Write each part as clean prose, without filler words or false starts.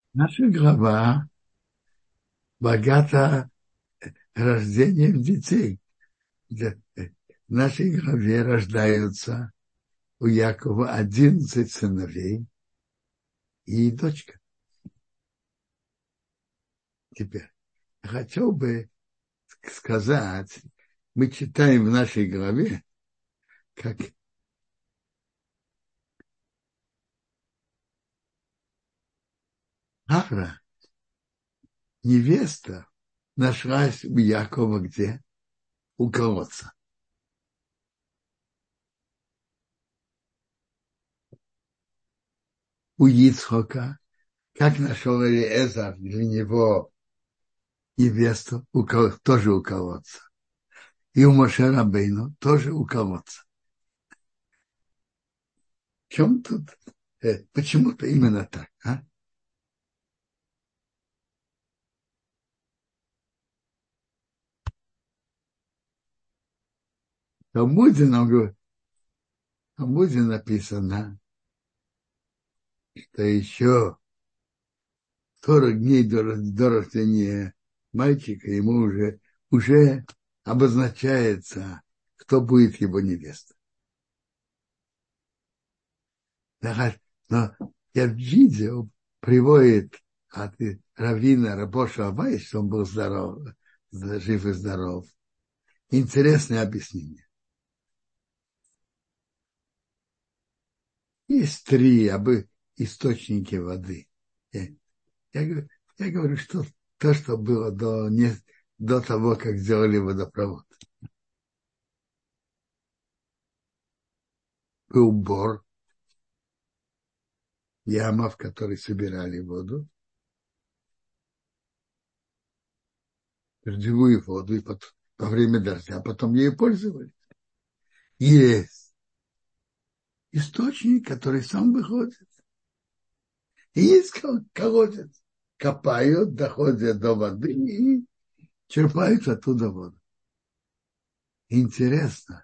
Наша глава богата рождением детей. В нашей главе рождаются у Якова 11 сыновей и дочка. Теперь я хотел бы сказать, мы читаем в нашей главе, как Ара, невеста, нашлась у Якова где? У колодца. У Ицхока, как нашел Элиэзер для него невесту, тоже у колодца. И у Моше Рабейну тоже у колодца. В чем тут? Почему-то именно так. А? В Талмуде, в Талмуде написано, что еще 40 дней до рождения мальчика ему уже обозначается, кто будет его невеста. Но я видел, приводит от раввина Рабоша Абая, что он был здоров, жив и здоров. Интересное объяснение. Есть три источники воды. Я, я говорю, что то, что было до того, как сделали водопровод. Был бор, яма, в которой собирали воду, дождевую воду, и во время дождя, а потом ею пользовались. Есть источник, который сам выходит. И есть колодец. Копают, доходят до воды и черпают оттуда воду. Интересно.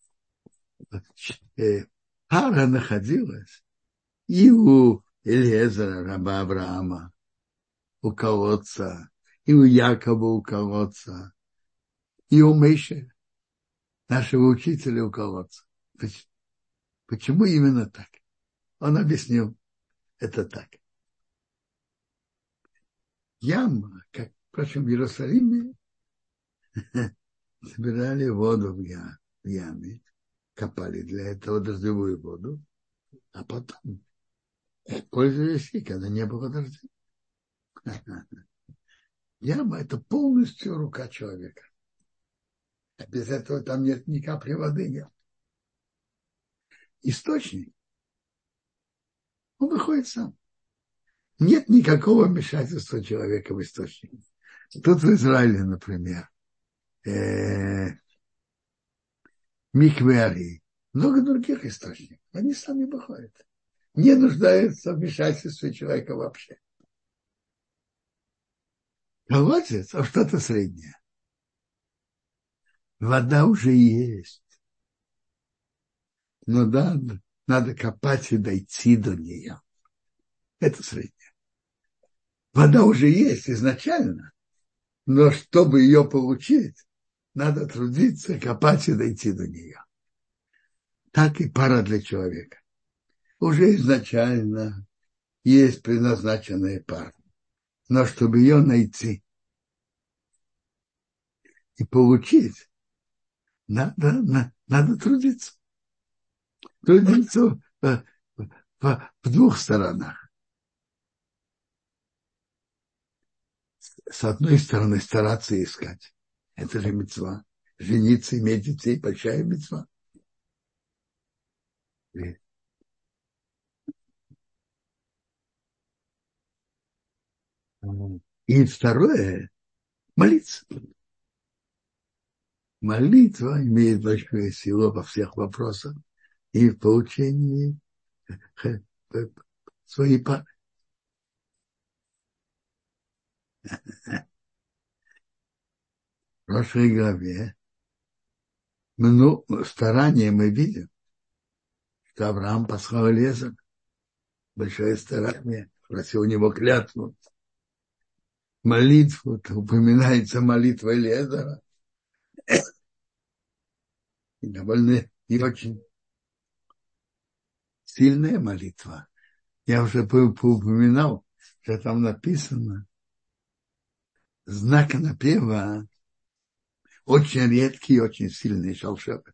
Пара находилась и у Элиезера, раба Авраама, у колодца, и у Якова у колодца, и у Мейши, нашего учителя у колодца. Почему именно так? Он объяснил, это так. Яма, как, впрочем, в Иерусалиме, собирали воду в яме, копали для этого дождевую воду, а потом пользовались ей, когда не было дождя. Яма – это полностью рука человека. А без этого там нет ни капли воды, нет. Источник, он выходит сам. Нет никакого вмешательства человека в источник. Тут в Израиле, например, микве, много других источников. Они сами выходят. Не нуждаются в вмешательстве человека вообще. Колодец, а что-то среднее. Вода уже есть. Но да, надо копать и дойти до нее. Это среднее. Вода уже есть изначально, но чтобы ее получить, надо трудиться, копать и дойти до нее. Так и пара для человека. Уже изначально есть предназначенная пара. Но чтобы ее найти и получить, надо трудиться. Трудиться в двух сторонах. С одной стороны, стараться искать. Это же мицва. Жениться, иметь детей, большая мицва. И второе, молиться. Молитва имеет большую силу во всех вопросах и в получении своей пары. В прошлой главе старание мы видим, что Авраам послал Элиэзера. Большое старание просил у него клятву, молитву, то упоминается молитва Элиэзера. И довольно и очень сильная молитва. Я уже поупоминал, что там написано, знак напева очень редкий, очень сильный шалшебет.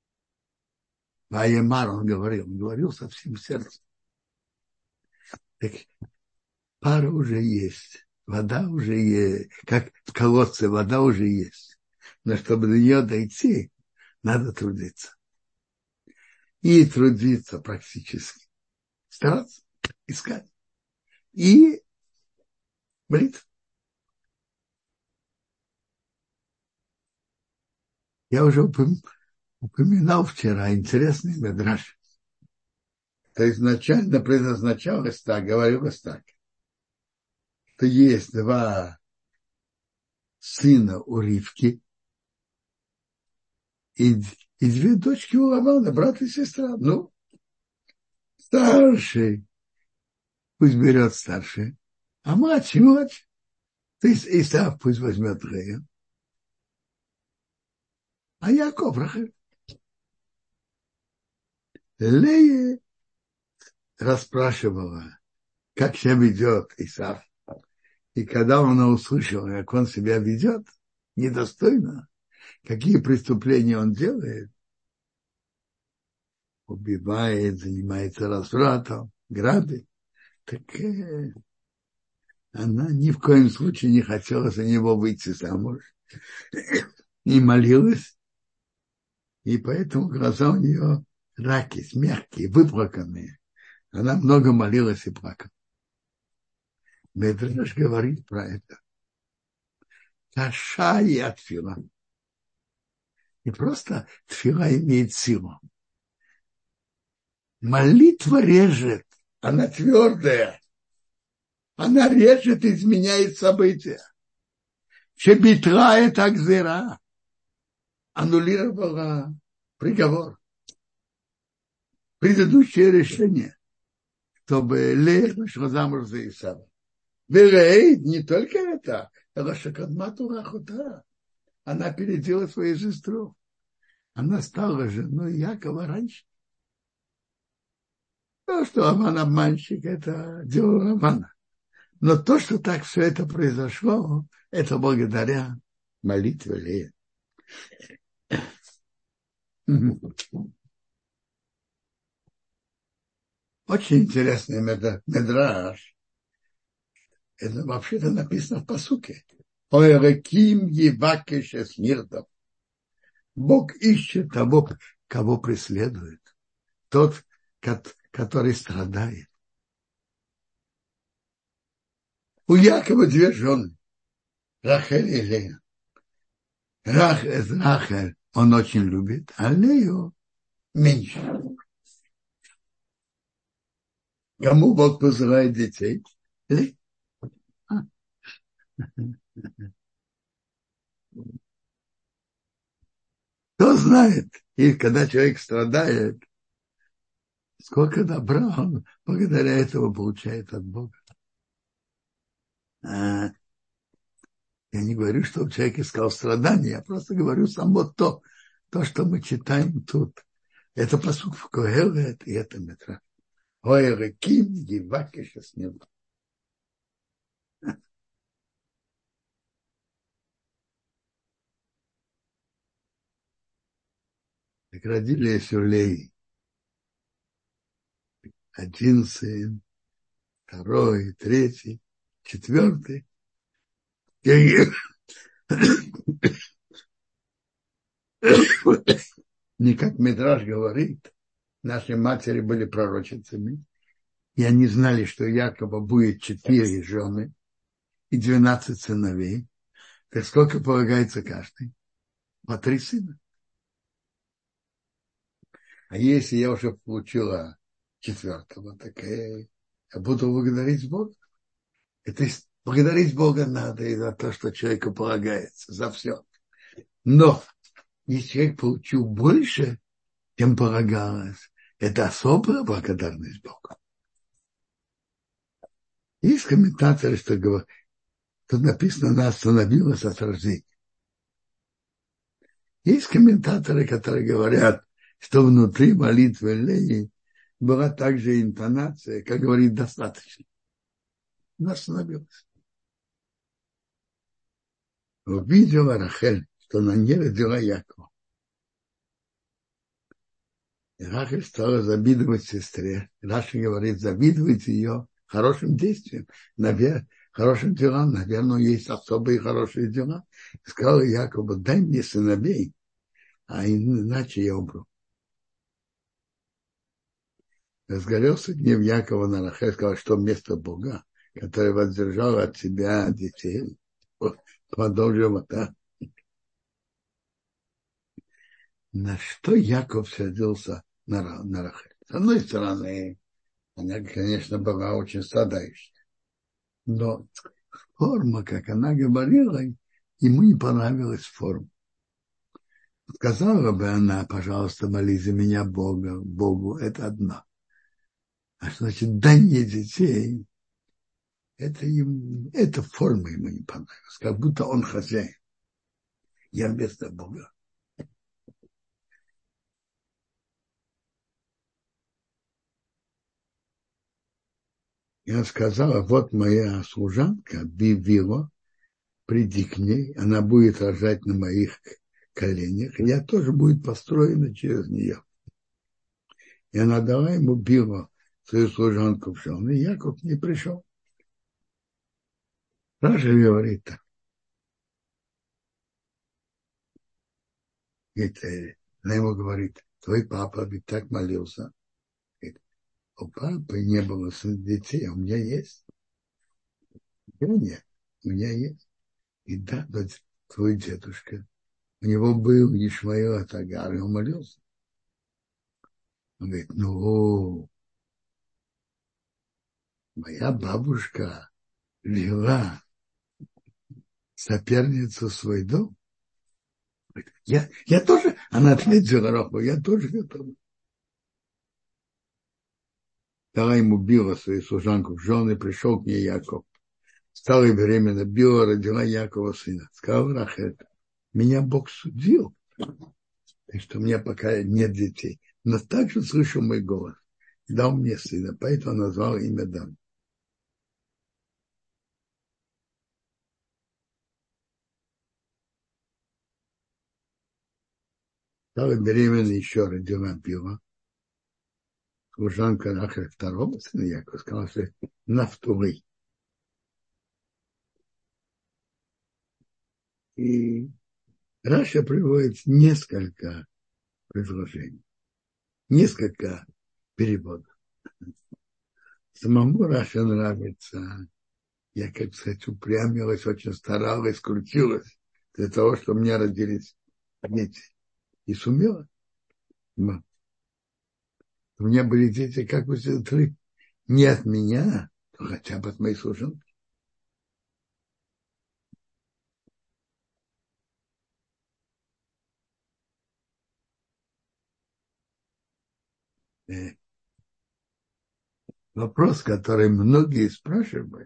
Ваемар он говорил со всем сердцем. Так пара уже есть, вода уже есть, как в колодце вода уже есть. Но чтобы до нее дойти, надо трудиться. И трудиться практически. Стараться, искать. И молиться. Я уже упоминал вчера интересный медраж. То изначально предназначалось так, говорилось так, что есть два сына у Ривки и две дочки у Лавана, брат и сестра. Ну, старший пусть берет старший, а младший младший. То есть Исав пусть возьмет Рею, а Яков Рахель. Лея расспрашивала, как себя ведет Исав. И когда она услышала, как он себя ведет, недостойно, какие преступления он делает, убивает, занимается развратом, грабит, так она ни в коем случае не хотела за него выйти замуж. И молилась, и поэтому глаза у нее раки, мягкие, выплаканные. Она много молилась и плакала. Медраш говорит про это. Таша и отфила. Не просто тфила имеет силу. Молитва режет, она твердая. Она режет, изменяет события. Шебитра это акзера. Аннулировала приговор. Предыдущее решение, чтобы Лея вышла замуж за Исава. Верей, не только это, она опередила свою сестру. Она стала женой Якова раньше. То, что Лаван обманщик, это дело Лавана. Но то, что так все это произошло, это благодаря молитве Леи. Очень интересный медраж. Это вообще-то написано в пасуке. Оэреким евакеше смирдов. Бог ищет того, кого преследует. Тот, который страдает. У Якова две жены. Рахель и Лея. Рахель он очень любит, а Лею меньше. Кому Бог посылает детей? Лея. Кто знает? И когда человек страдает, сколько добра он благодаря этому получает от Бога. Я не говорю, что человек искал страдания, я просто говорю само то, что мы читаем тут. Это пасук в Коэлет, и это метра. Ой, реким, гиваки, сейчас нет. Так родились у Леи. Один сын, второй, третий, четвертый. Не как Мидраш говорит, наши матери были пророчицами, и они знали, что у Якова будет 4 жены и 12 сыновей. Так сколько полагается каждый? По 3 сына. А если я уже получила 4-го, так я буду благодарить Бога. Это благодарить Бога надо и за то, что человеку полагается, за все. Но если человек получил больше, чем полагалось, это особая благодарность Богу. Есть комментаторы, что говорят, тут написано, она остановилась от рождения. Есть комментаторы, которые говорят, что внутри молитвы Леи была также интонация, как говорит, достаточно. Она остановилась. Увидела Рахель, что она не родила Якова. И Рахель стала завидовать сестре. Раша говорит, завидовать ее хорошим действием, хорошим делам. Наверное, есть особые хорошие дела. И сказала Якову, дай мне сыновей, а иначе я умру. Разгорелся гнев Якова на Рахель, сказал, что вместо Бога, который воздержал от себя детей, плодов живота. На что Яков сердился на Рахель? С одной стороны, она, конечно, была очень страдающая. Но форма, как она говорила, ему не понравилась форма. Сказала бы она, пожалуйста, моли за меня Богу, это одно. А что значит, дай мне детей, эта форма ему не понравилась, как будто он хозяин. Я вместо Бога. Я сказала, вот моя служанка Бивила, приди к ней, она будет рожать на моих коленях, и я тоже будет построена через нее. И она дала ему Билу, свою служанку в жены, и Яков не пришел. Раша говорит так. Она ему говорит, твой папа ведь так молился. Говорит, у папы не было детей, а у меня есть. Нет, у меня есть. И да, вот твой дедушка, у него был Ишмаил от Агар, и он молился. Он говорит, ну, моя бабушка вела соперницу в свой дом. Я тоже, она ответила Раху, я тоже готова. Дала ему Била, свою служанку, в жены, пришел к ней Яков. Стала беременна, Била родила Якова сына. Сказал Рахель, меня Бог судил, так что у меня пока нет детей. Но также слышал мой голос. Дал мне сына, поэтому назвал имя Дан. Стала беременна еще, родила Била. Служанка Рахель второго сына Якова сказала, что Нафтулы. И Раша приводит несколько предложений, несколько переводов. Самому Раше нравится. Я, как сказать, упрямилась, очень старалась, крутилась для того, чтобы у меня родились дети. И сумела. Но у меня были дети, как у сестры, не от меня, то хотя бы от моей служанки. Э, Вопрос, который многие спрашивают,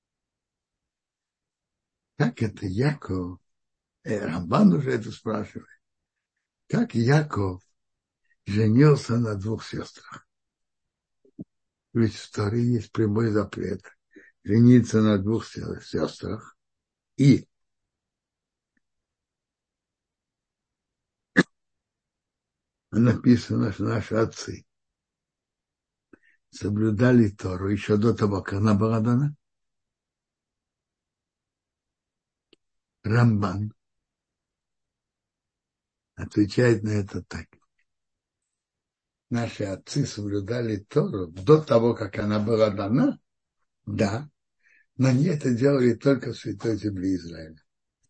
как это Яков, Рамбан уже это спрашивает, как Яков женился на двух сестрах. Ведь в Торе есть прямой запрет жениться на двух сестрах. И написано, что наши отцы соблюдали Тору еще до того, как она была дана. Рамбан отвечает на это так. Наши отцы соблюдали Тору до того, как она была дана, да, но они это делали только в Святой Земле Израиля.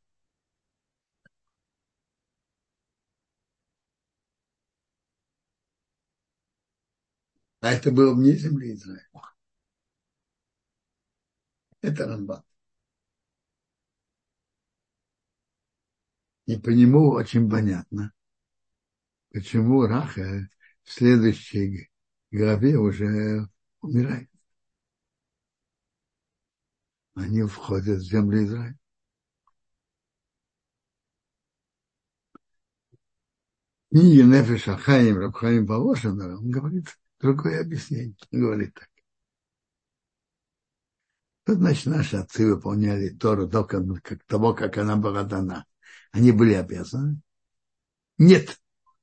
А это было вне земли Израиля. Это Рамбан. И по нему очень понятно, почему Раха в следующей главе уже умирает. они входят в землю Израиля. И Нефеш Ахаим, Рабхаим Волошин, он говорит другое объяснение. Он говорит так. Что значит, наши отцы выполняли Тору до того, как она была дана? Они были обязаны? Нет.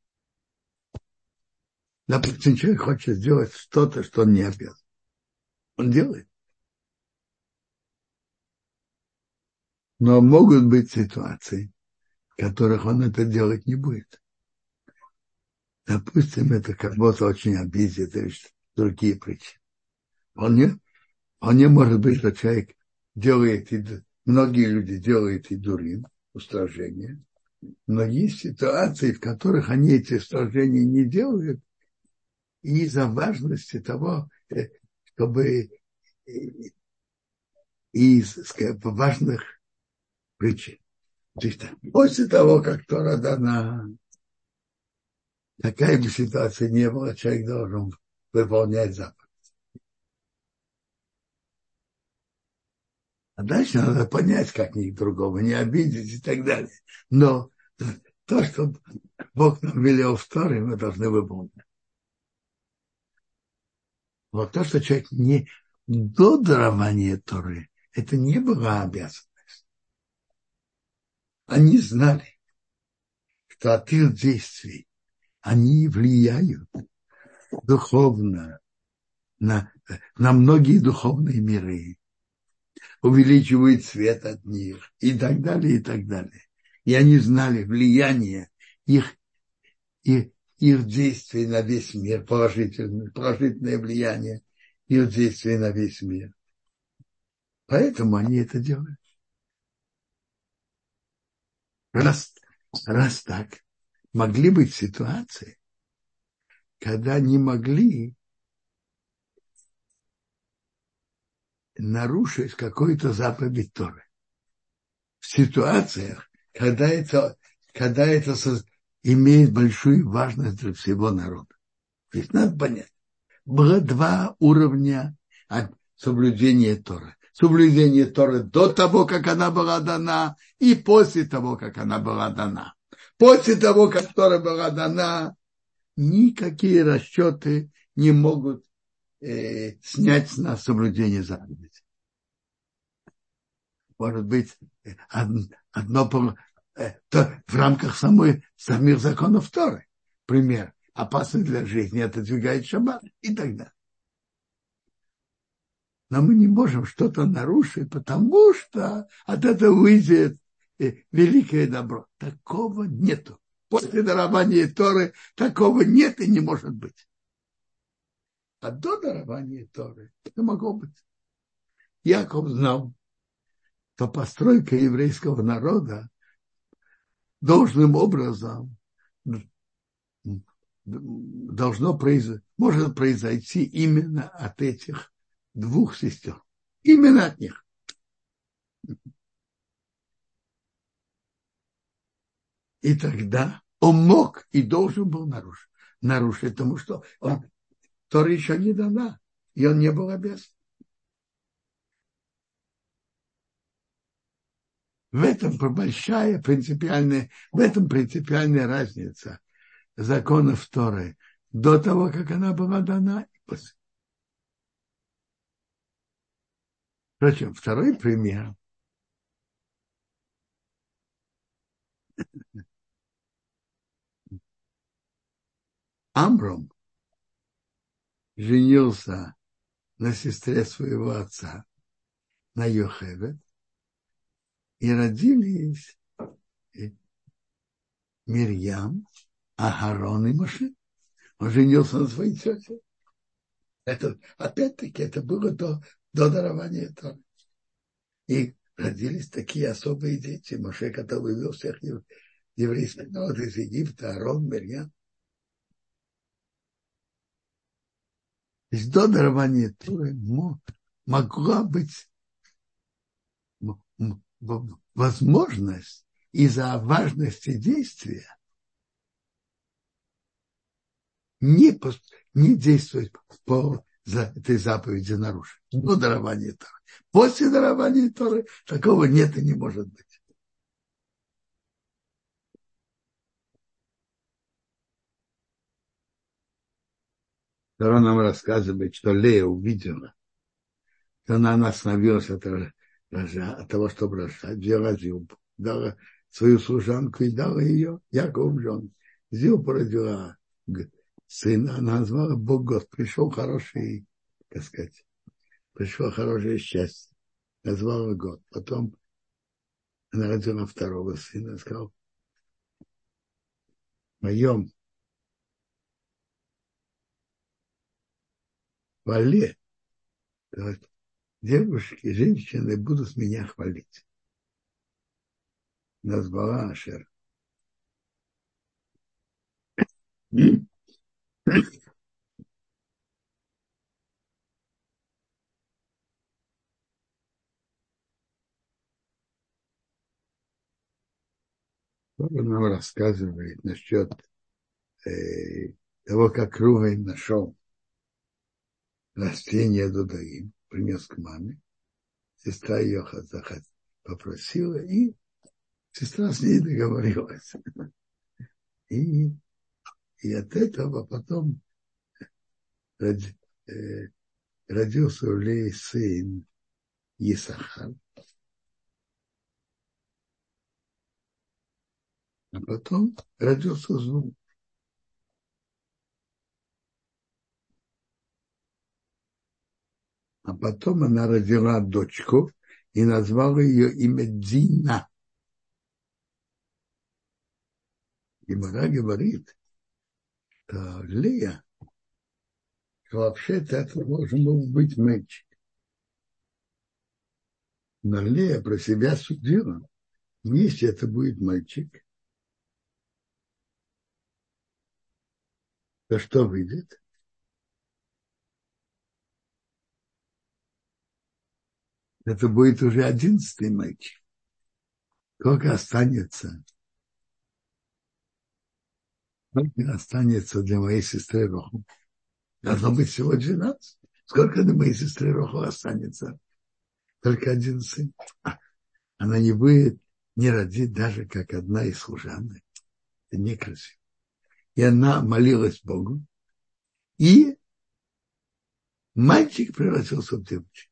Допустим, человек хочет сделать что-то, что он не обязан. Он делает. Но могут быть ситуации, в которых он это делать не будет. Допустим, это кого-то очень обидит или другие причины. Вполне может быть, что человек делает, многие люди делают и дурим, устражения, но есть ситуации, в которых они эти устражения не делают из-за важности того, чтобы из важных причин. То есть, после того, как Тора дана, какая бы ситуация ни была, человек должен выполнять заповедь. А дальше надо понять, как ни другого не обидеть и так далее. Но то, что Бог нам велел в Торе, мы должны выполнять. Вот то, что человек не до дарования Торы, это не была обязанность. Они знали, что от их действий они влияют духовно на многие духовные миры, увеличивают свет от них и так далее, и так далее. И они знали влияние их действий на весь мир, положительное влияние их действий на весь мир. Поэтому они это делают. Раз так, могли быть ситуации, когда не могли нарушить какую-то заповедь Торы. В ситуациях, когда это имеет большую важность для всего народа. То есть надо понять. Было два уровня соблюдения Торы. Соблюдение Торы до того, как она была дана, и после того, как она была дана. После того, как Тора была дана, никакие расчеты не могут снять с нас соблюдение заповедей. Может быть, в рамках самих законов Торы. Пример. Опасный для жизни отодвигает шаббат и так далее. Но мы не можем что-то нарушить, потому что от этого выйдет великое добро. Такого нету. После дарования Торы такого нет и не может быть. А до дарования Торы это могло быть. Яков знал, что постройка еврейского народа должным образом может произойти именно от этих двух сестер. Именно от них. И тогда он мог и должен был нарушить, потому что Тора еще не дана, и он не был обязан. В этом принципиальная разница законов Торы до того, как она была дана, и после. Впрочем, второй пример. Амром женился на сестре своего отца, на Йохевед, и родились Мирьям, Агарон и Моше. Он женился на своей тете. Опять-таки, это было до дарования Торы. И родились такие особые дети. Моше, который вывел всех еврейских народов из Египта, Аарон, Мирьям. То есть до дарования Торы могла быть возможность из-за важности действия не действовать по этой заповеди нарушить. До дарования Торы. После дарования Торы такого нет и не может быть. Второй нам рассказывает, что Лея увидела, что она остановилась от того, чтобы рожать, взяла Зилпу, дала свою служанку и дала ее Якову в жены. Зилпа родила сына, она назвала Бог Год. Пришел хороший, так сказать, пришло хорошее счастье. Назвала Год. Потом она родила второго сына, сказал, в моем хвале девушки, женщины будут меня хвалить. Назвала Ашер. Он нам рассказывает насчет того, как Рувен нашел растение Дудаим, принес к маме. Сестра ее попросила, и сестра с ней договорилась. И, и от этого потом родился у Леи сын Исахар. А потом родился Зул. А потом она родила дочку и назвала ее имя Дина. И Мара говорит, что Лея, что вообще-то это должен был быть мальчик. Но Лея про себя судила, если это будет мальчик, то что выйдет? Это будет уже 11-й мальчик. Сколько останется? Сколько останется для моей сестры Роху? Должно быть всего 12. Сколько для моей сестры Роху останется? Только один сын. Она не будет, не родит даже как одна из служанок. Это некрасиво. И она молилась Богу. И мальчик превратился в девочку.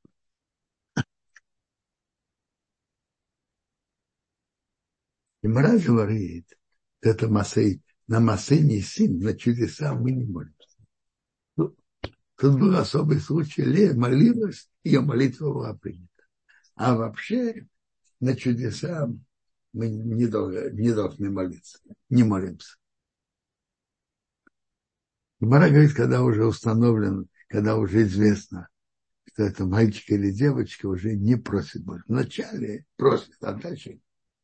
И Мара говорит, это Масей, на Масейне сын, на чудеса мы не молимся. Тут был особый случай. Лея молилась, ее молитва была принята. А вообще на чудеса мы не должны молиться, не молимся. Гемара говорит, когда уже установлено, когда уже известно, что это мальчик или девочка, уже не просит больше. Вначале просит, а дальше.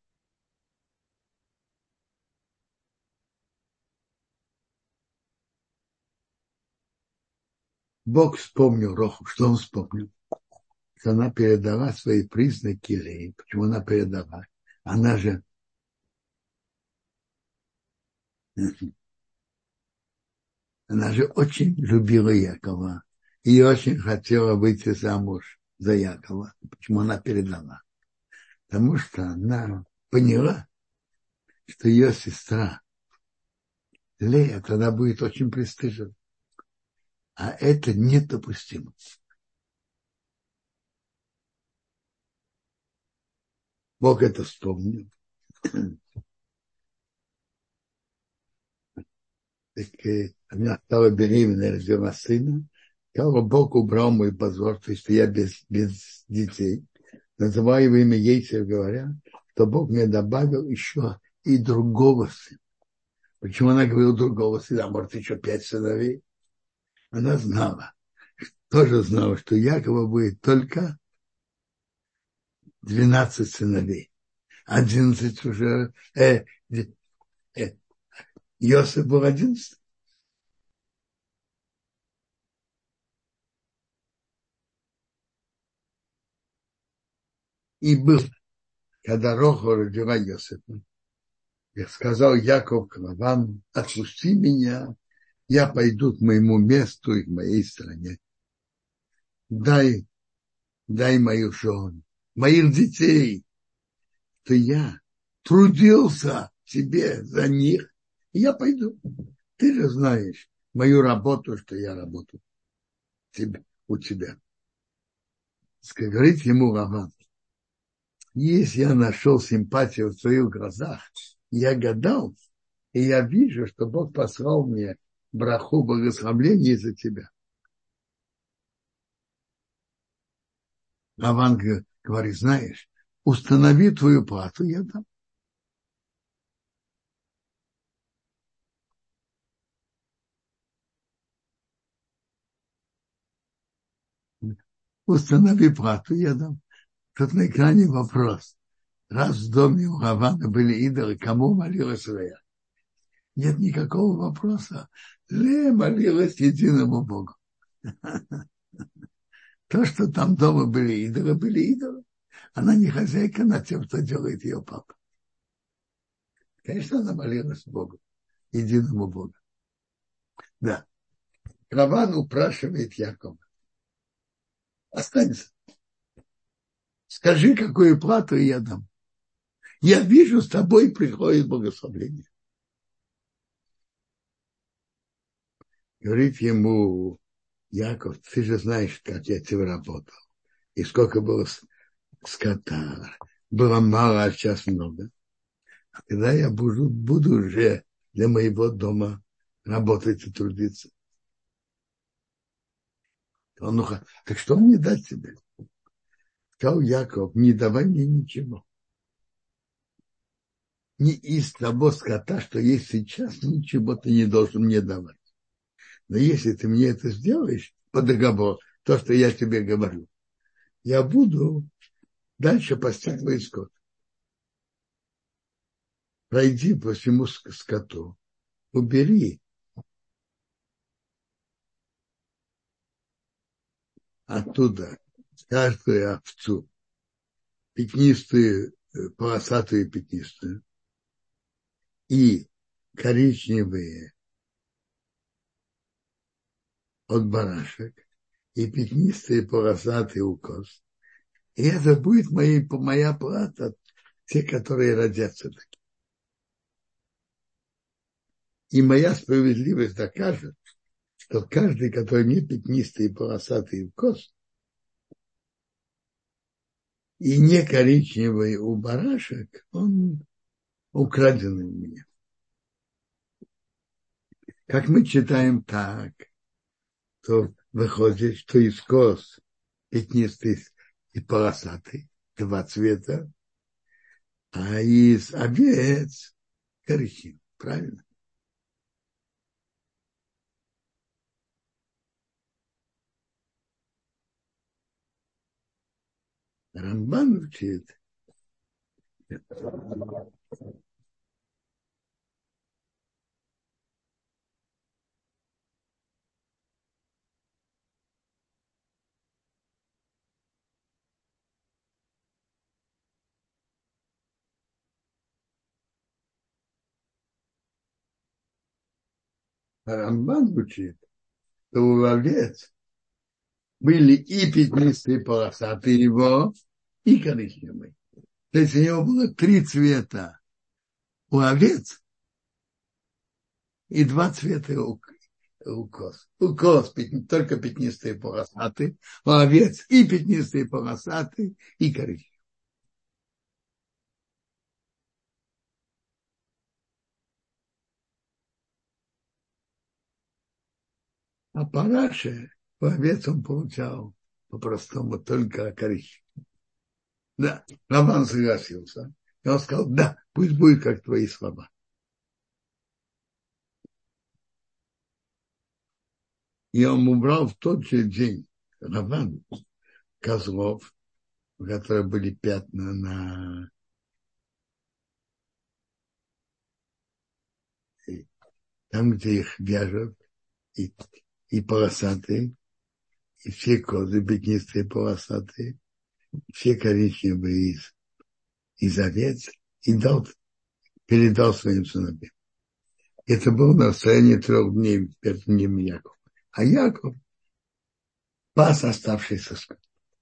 Бог вспомнил Роху. Что он вспомнил? Что она передала свои признаки Леи. Почему она передала? Она же очень любила Якова и очень хотела выйти замуж за Якова. Почему она передала? Потому что она поняла, что ее сестра Лея тогда будет очень пристыжена. А это недопустимо. Бог это вспомнил. Так она стала беременной, родила сына. Сказала, Бог убрал мой позор, то есть я без детей. Называя его имя Ейцер, говоря, что Бог мне добавил еще и другого сына. Почему она говорила другого сына? А может, еще 5 сыновей? Она знала, тоже знала, что Якова будет только 12 сыновей. 11 уже... Йосиф был 11. И был, когда Роха родила Йосифа, я сказал Яков к Лавану, отпусти меня, я пойду к моему месту и к моей стране. дай, дай мою жену, моих детей, то я трудился себе за них, и я пойду. Ты же знаешь мою работу, что я работаю у тебя. Говорит ему Раван, если я нашел симпатию в твоих глазах, я гадал, и я вижу, что Бог послал мне браху благословения из-за тебя. Раван говорит, знаешь, установи твою плату, я дам. Установи плату, я дам. Тут на экране вопрос. Раз в доме у Равана были идолы, кому молилась Лея? Нет никакого вопроса. Лея молилась единому Богу. То, что там дома были идолы, были идолы. Она не хозяйка над тем, что делает ее папа. Конечно, она молилась Богу, единому Богу. Да. Раван упрашивает Якова. Останься. Скажи, какую плату я дам. Я вижу, с тобой приходит благословение. Говорит ему Яков, ты же знаешь, как я тебе работал. И сколько было скота. Было мало, а сейчас много. А когда я буду уже для моего дома работать и трудиться. Он, ну, так что мне дать тебе? Сказал Яков, не давай мне ничего. Не из того скота, что есть сейчас, ничего ты не должен мне давать. Но если ты мне это сделаешь по договору, то, что я тебе говорю, я буду дальше пасти твой скот. Пройди по всему скоту, убери оттуда каждую овцу, пятнистую, полосатую пятнистую, и коричневые от барашек, и пятнистые полосатые у коз. И это будет моя плата, те, которые родятся такие. И моя справедливость докажет, что каждый, который не пятнистый и полосатый у коз, и не коричневый у барашек, он украденный у меня. Как мы читаем так, то выходит, что из коз пятнистый и полосатый, два цвета, а из овец коричневый. Правильно? Рамбан учит. Рамбан учит, что у овец были и пятнистые полосатые его, и коричневые. То есть у него было три цвета у овец и два цвета у коз. У коз только пятнистые полосатые, у овец и пятнистые полосатые, и коричневые. А параше у овец он получал по-простому только коричневый. Да, Рамбан согласился. И он сказал, да, пусть будет как твои слова. И он убрал в тот же день Рамбан козлов, у которых были пятна там, где их вяжут, и, и полосатые, и все козы пятнистые полосатые, все коричневые из овец, и передал своим сыновьям. Это было на расстоянии 3 дней перед ним Яков. А Яков пас оставшийся скот.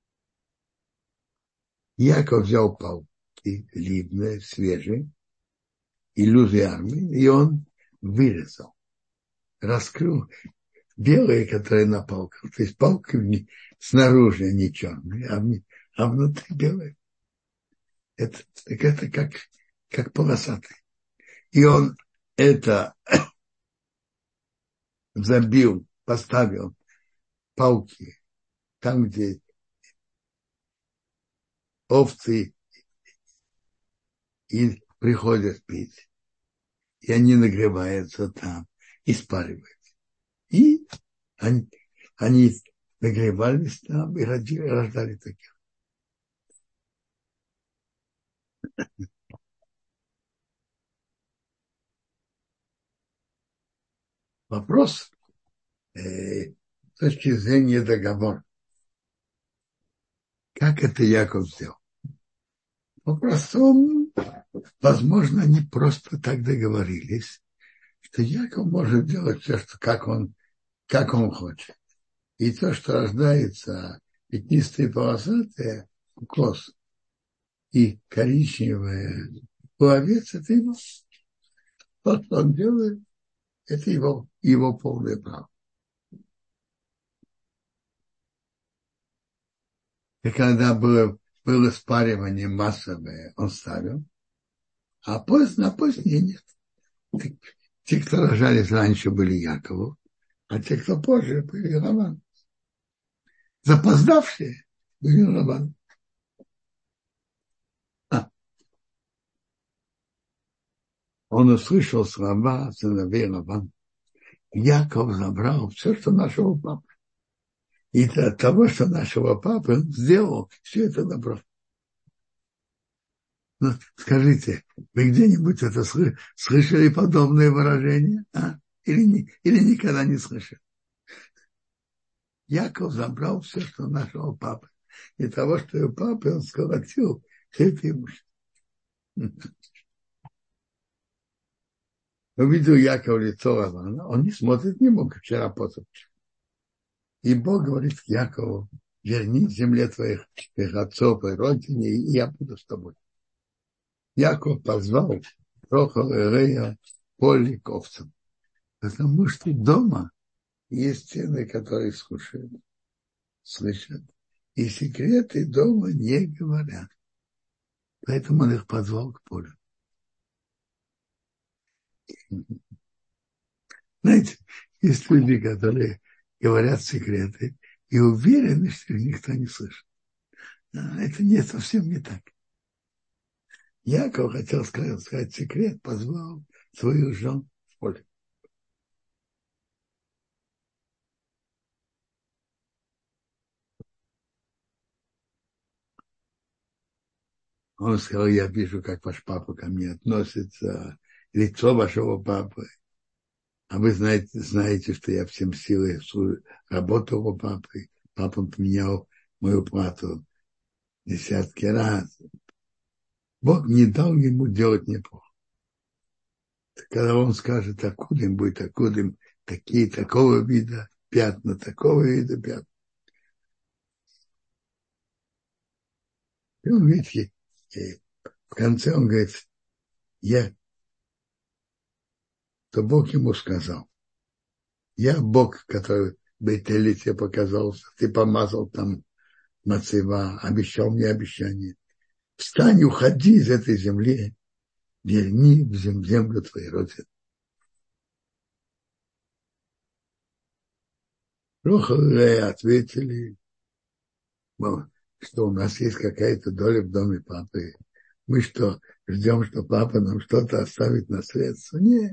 Яков взял палки, длинные, свежие, иллюзиарные, и он вырезал, раскрыл белые, которые на палках. То есть палки снаружи они черные, а внутри белые. Это как полосатый. И он это забил, поставил палки там, где овцы и приходят пить. И они нагреваются там и спаривают. И они нагревались там и рождали таких. Вопрос с точки зрения договора. Как это Яков сделал? По-простому, возможно, они просто так договорились, что Яков может делать все, что, как он хочет. И то, что рождается пятнистые полосатые, кос и коричневые у овец, это его. То, что он делает, это его полное право. И когда было спаривание массовое, он ставил, на позднее нет. Те, кто рожались раньше, были Якову, а те, кто позже, были Раван. Запоздавшие были Раван. Он услышал слова сыновей Раван. Яков забрал все, что нашего папы. И от того, что нашего папы, он сделал все это добро. Ну, скажите, вы где-нибудь это слышали подобное выражение? А? Или никогда не слышали? Яков забрал все, что нашего папы. И того, что его папы, он сколотил все это имущество. Увидел Яков лицо Лавана, он не смотрит, не мог вчера позавчера. И Бог говорит к Якову: верни земле твоих отцов и родине, и я буду с тобой. Яков позвал Рохал и Рея поле к овцам, потому что дома есть стены, которые слышат, и секреты дома не говорят. Поэтому он их позвал к полю. Знаете, есть люди, которые говорят секреты и уверены, что их никто не слышит. Это не совсем не так. Яков хотел сказать секрет, позвал свою жену в поле. Он сказал: я вижу, как ваш папа ко мне относится, лицо вашего папы. А вы знаете, что я всем силой работал у папы. Папа поменял мою плату десятки раз. Бог не дал ему делать неплохо. Когда он скажет, откуда им будет, откуда им такого вида пятна, такого вида пятна. И он, видите, в конце он говорит, то Бог ему сказал: я Бог, который в Бейтеле тебе показался, ты помазал там Мацева, обещал мне обещание. Встань, уходи из этой земли, верни в землю твоей родины. Рохале ответили, что у нас есть какая-то доля в доме папы. Мы что, ждем, что папа нам что-то оставит наследство? Нет.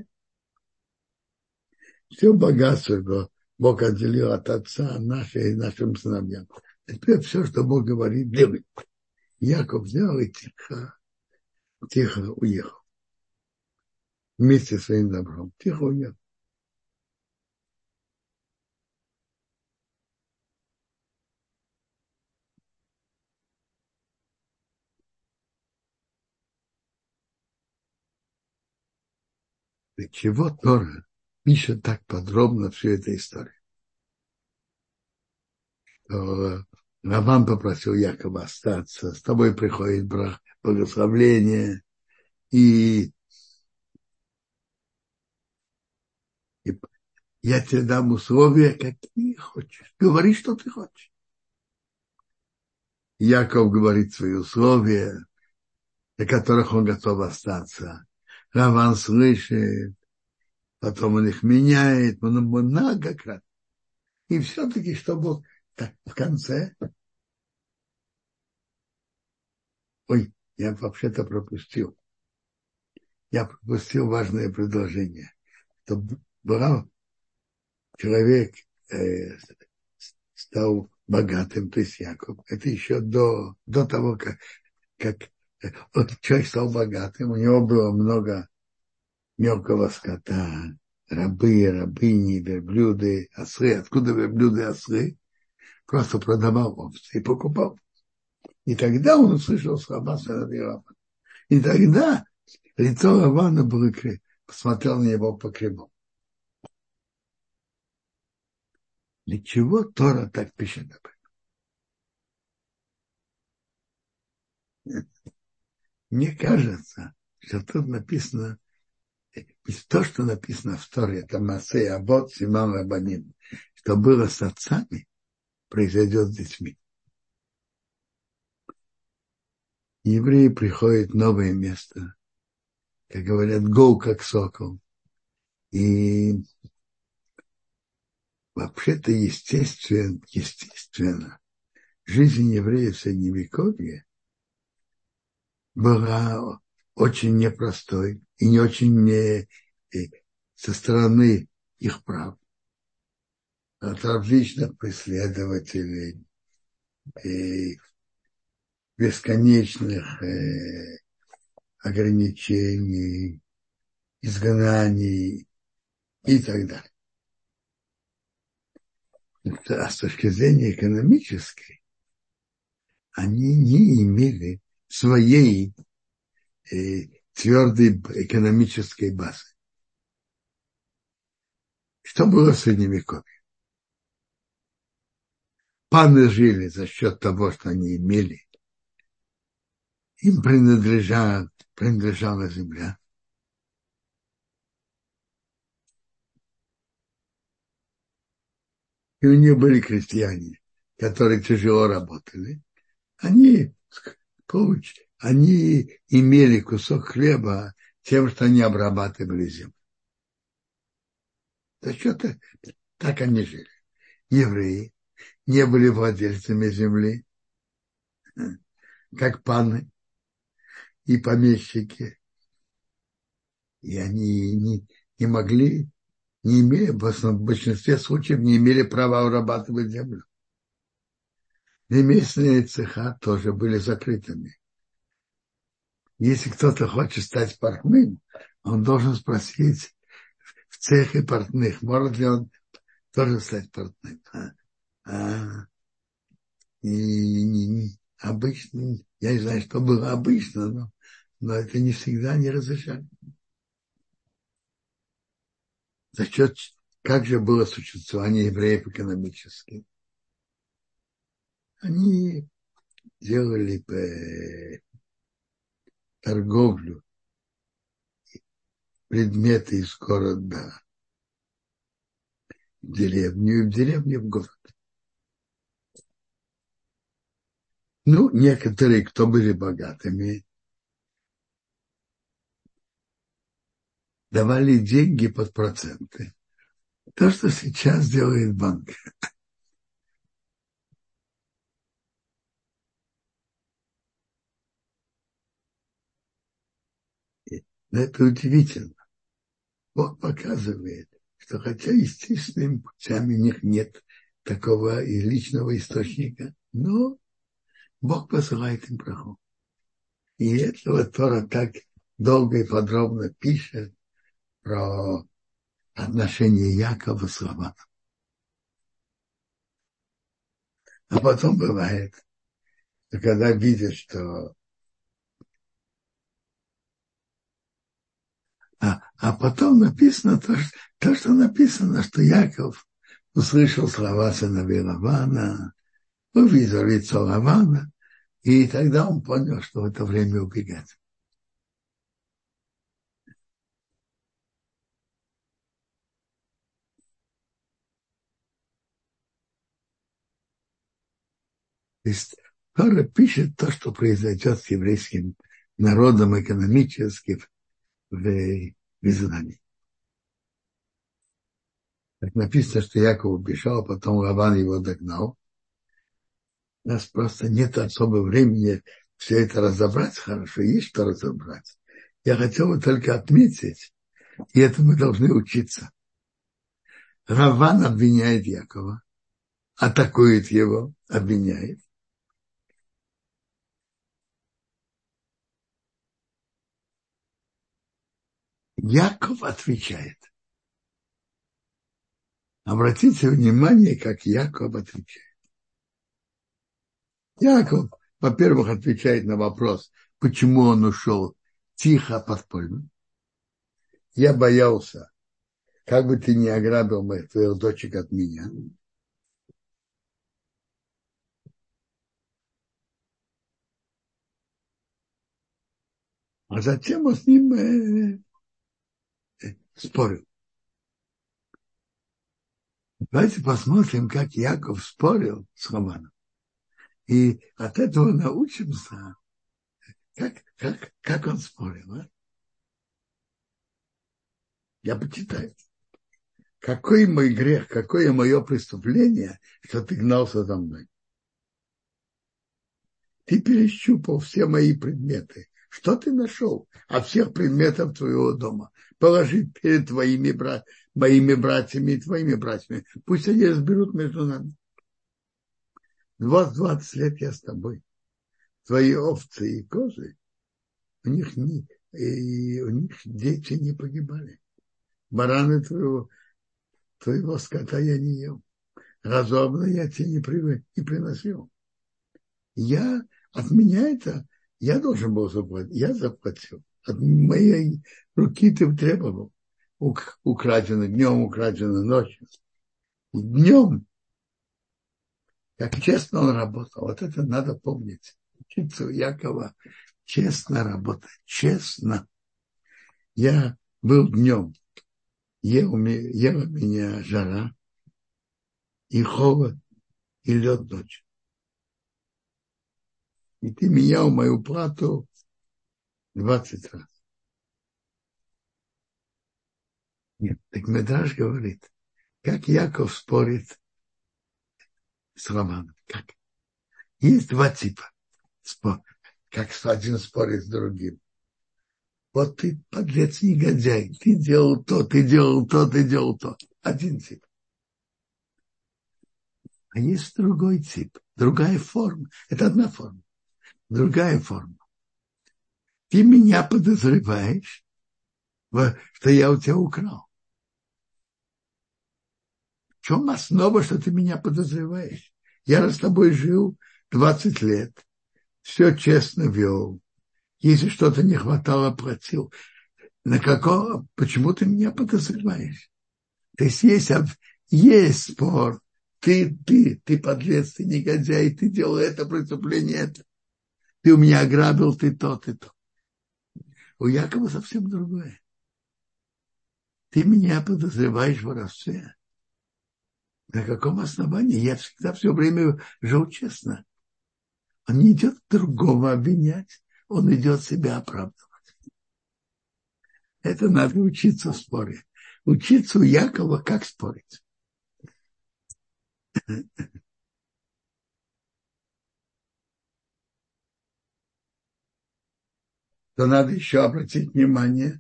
Все богатство, что Бог отделил от отца наше и нашим сыновьям. Теперь все, что Бог говорит, делай. Яков взял и тихо уехал. Вместе с своим добром. Тихо уехал. Для чего Тора пишет так подробно всю эту историю? то Лаван попросил Якова остаться, с тобой приходит благословление, и, и я тебе дам условия, какие хочешь. Говори, что ты хочешь. Яков говорит свои условия, для которых он готов остаться. Лаван слышит, потом он их меняет, он многократно. И все-таки, чтобы так, в конце... Ой, я вообще-то пропустил. Я пропустил важное предложение. Что брал человек, стал богатым, то есть Яков. Это еще до того, как вот человек стал богатым, у него было много мелкого скота, рабы, рабыни, верблюды, ослы. Откуда верблюды и ослы? Просто продавал овцы и покупал. И тогда он услышал слова сыновей Лавана. И тогда лицо Лавана было посмотрел на него по кривому. Для чего Тора так пишет об этом? Мне кажется, что тут написано, то, что написано в Торе, это Масей Авот, Симан Рабаним, что было с отцами, произойдет с детьми. Евреи приходят в новое место, как говорят, гол как сокол. И вообще-то естественно, жизнь евреев в Средневековье была очень непростой и не очень со стороны их прав. От различных преследователей, и бесконечных ограничений, изгнаний и так далее. А с точки зрения экономической, они не имели своей твердой экономической базы. Что было в Средневековье? Паны жили за счет того, что они имели. Им принадлежала земля. И у них были крестьяне, которые тяжело работали. Они имели кусок хлеба тем, что они обрабатывали землю. За счет так они жили. Евреи не были владельцами земли, как паны и помещики. И они не могли, не имели, в большинстве случаев не имели права обрабатывать землю. Ремесленные цеха тоже были закрытыми. Если кто-то хочет стать портным, он должен спросить в цехе портных, может ли он тоже стать портным. Обычно, я не знаю, что было обычно, но это не всегда не разрешали. За счет, как же было существование евреев экономически? Они делали торговлю, предметы из города в деревню, и в деревню в город. Ну, некоторые, кто были богатыми, давали деньги под проценты. То, что сейчас делает банк. Но это удивительно. Бог показывает, что хотя естественными путями у них нет такого и личного источника, но Бог посылает им проход. И этого Тора так долго и подробно пишет про отношения Якова с Лаваном. А потом бывает, что когда видят, что... А потом написано то, что написано, что Яков услышал слова сыновей Лавана, увидел лицо Лавана, и тогда он понял, что в это время убегать. То есть Тора пишет то, что произойдет с еврейским народом экономически в Израиле. Так написано, что Яков убежал, потом Лаван его догнал. У нас просто нет особого времени все это разобрать хорошо, есть что разобрать. Я хотел бы только отметить, и это мы должны учиться. Лаван обвиняет Якова, атакует его, обвиняет. Яков отвечает. Обратите внимание, как Яков отвечает. Яков, во-первых, отвечает на вопрос, почему он ушел тихо, подпольно. Я боялся, как бы ты не ограбил моих твоих дочек от меня. А затем он с ним спорил. Давайте посмотрим, как Яков спорил с Лаваном. И от этого научимся, как он спорил. А? Я почитаю. Какой мой грех, какое мое преступление, что ты гнался за мной? Ты перещупал все мои предметы. Что ты нашел от всех предметов твоего дома? Положи перед моими братьями и твоими братьями. Пусть они разберут между нами. 20 лет я с тобой. Твои овцы и козы, у них дети не погибали. Бараны твоего скота я не ел. Разумно я тебе не приносил. От меня это, я должен был заплатить, я заплатил. От моей руки ты требовал. Украдено днем, украдено ночью. Днем, как честно он работал. Вот это надо помнить. Учиться у Якова честно работать. Честно. Я был днем. Ела меня жара и холод, и лед ночью. И ты менял мою плату 20 раз. Нет, так Медраш говорит, как Яков спорит с Лаваном. Как? Есть два типа спор, как один спорит с другим. Вот ты, подлец, негодяй, ты делал то, ты делал то, ты делал то. Один тип. А есть другой тип, другая форма. Это одна форма, другая форма. Ты меня подозреваешь, что я у тебя украл. В чем основа, что ты меня подозреваешь? Я с тобой жил 20 лет, все честно вел. Если что-то не хватало, платил. Почему ты меня подозреваешь? То есть есть спор. Ты подлец, ты негодяй, ты делал это преступление, это. Ты у меня ограбил, ты то, ты то. У Якова совсем другое. Ты меня подозреваешь в воровстве. На каком основании? Я всегда все время жил честно. Он не идет другого обвинять, он идет себя оправдывать. Это надо учиться в споре. Учиться у Якова, как спорить. То надо еще обратить внимание,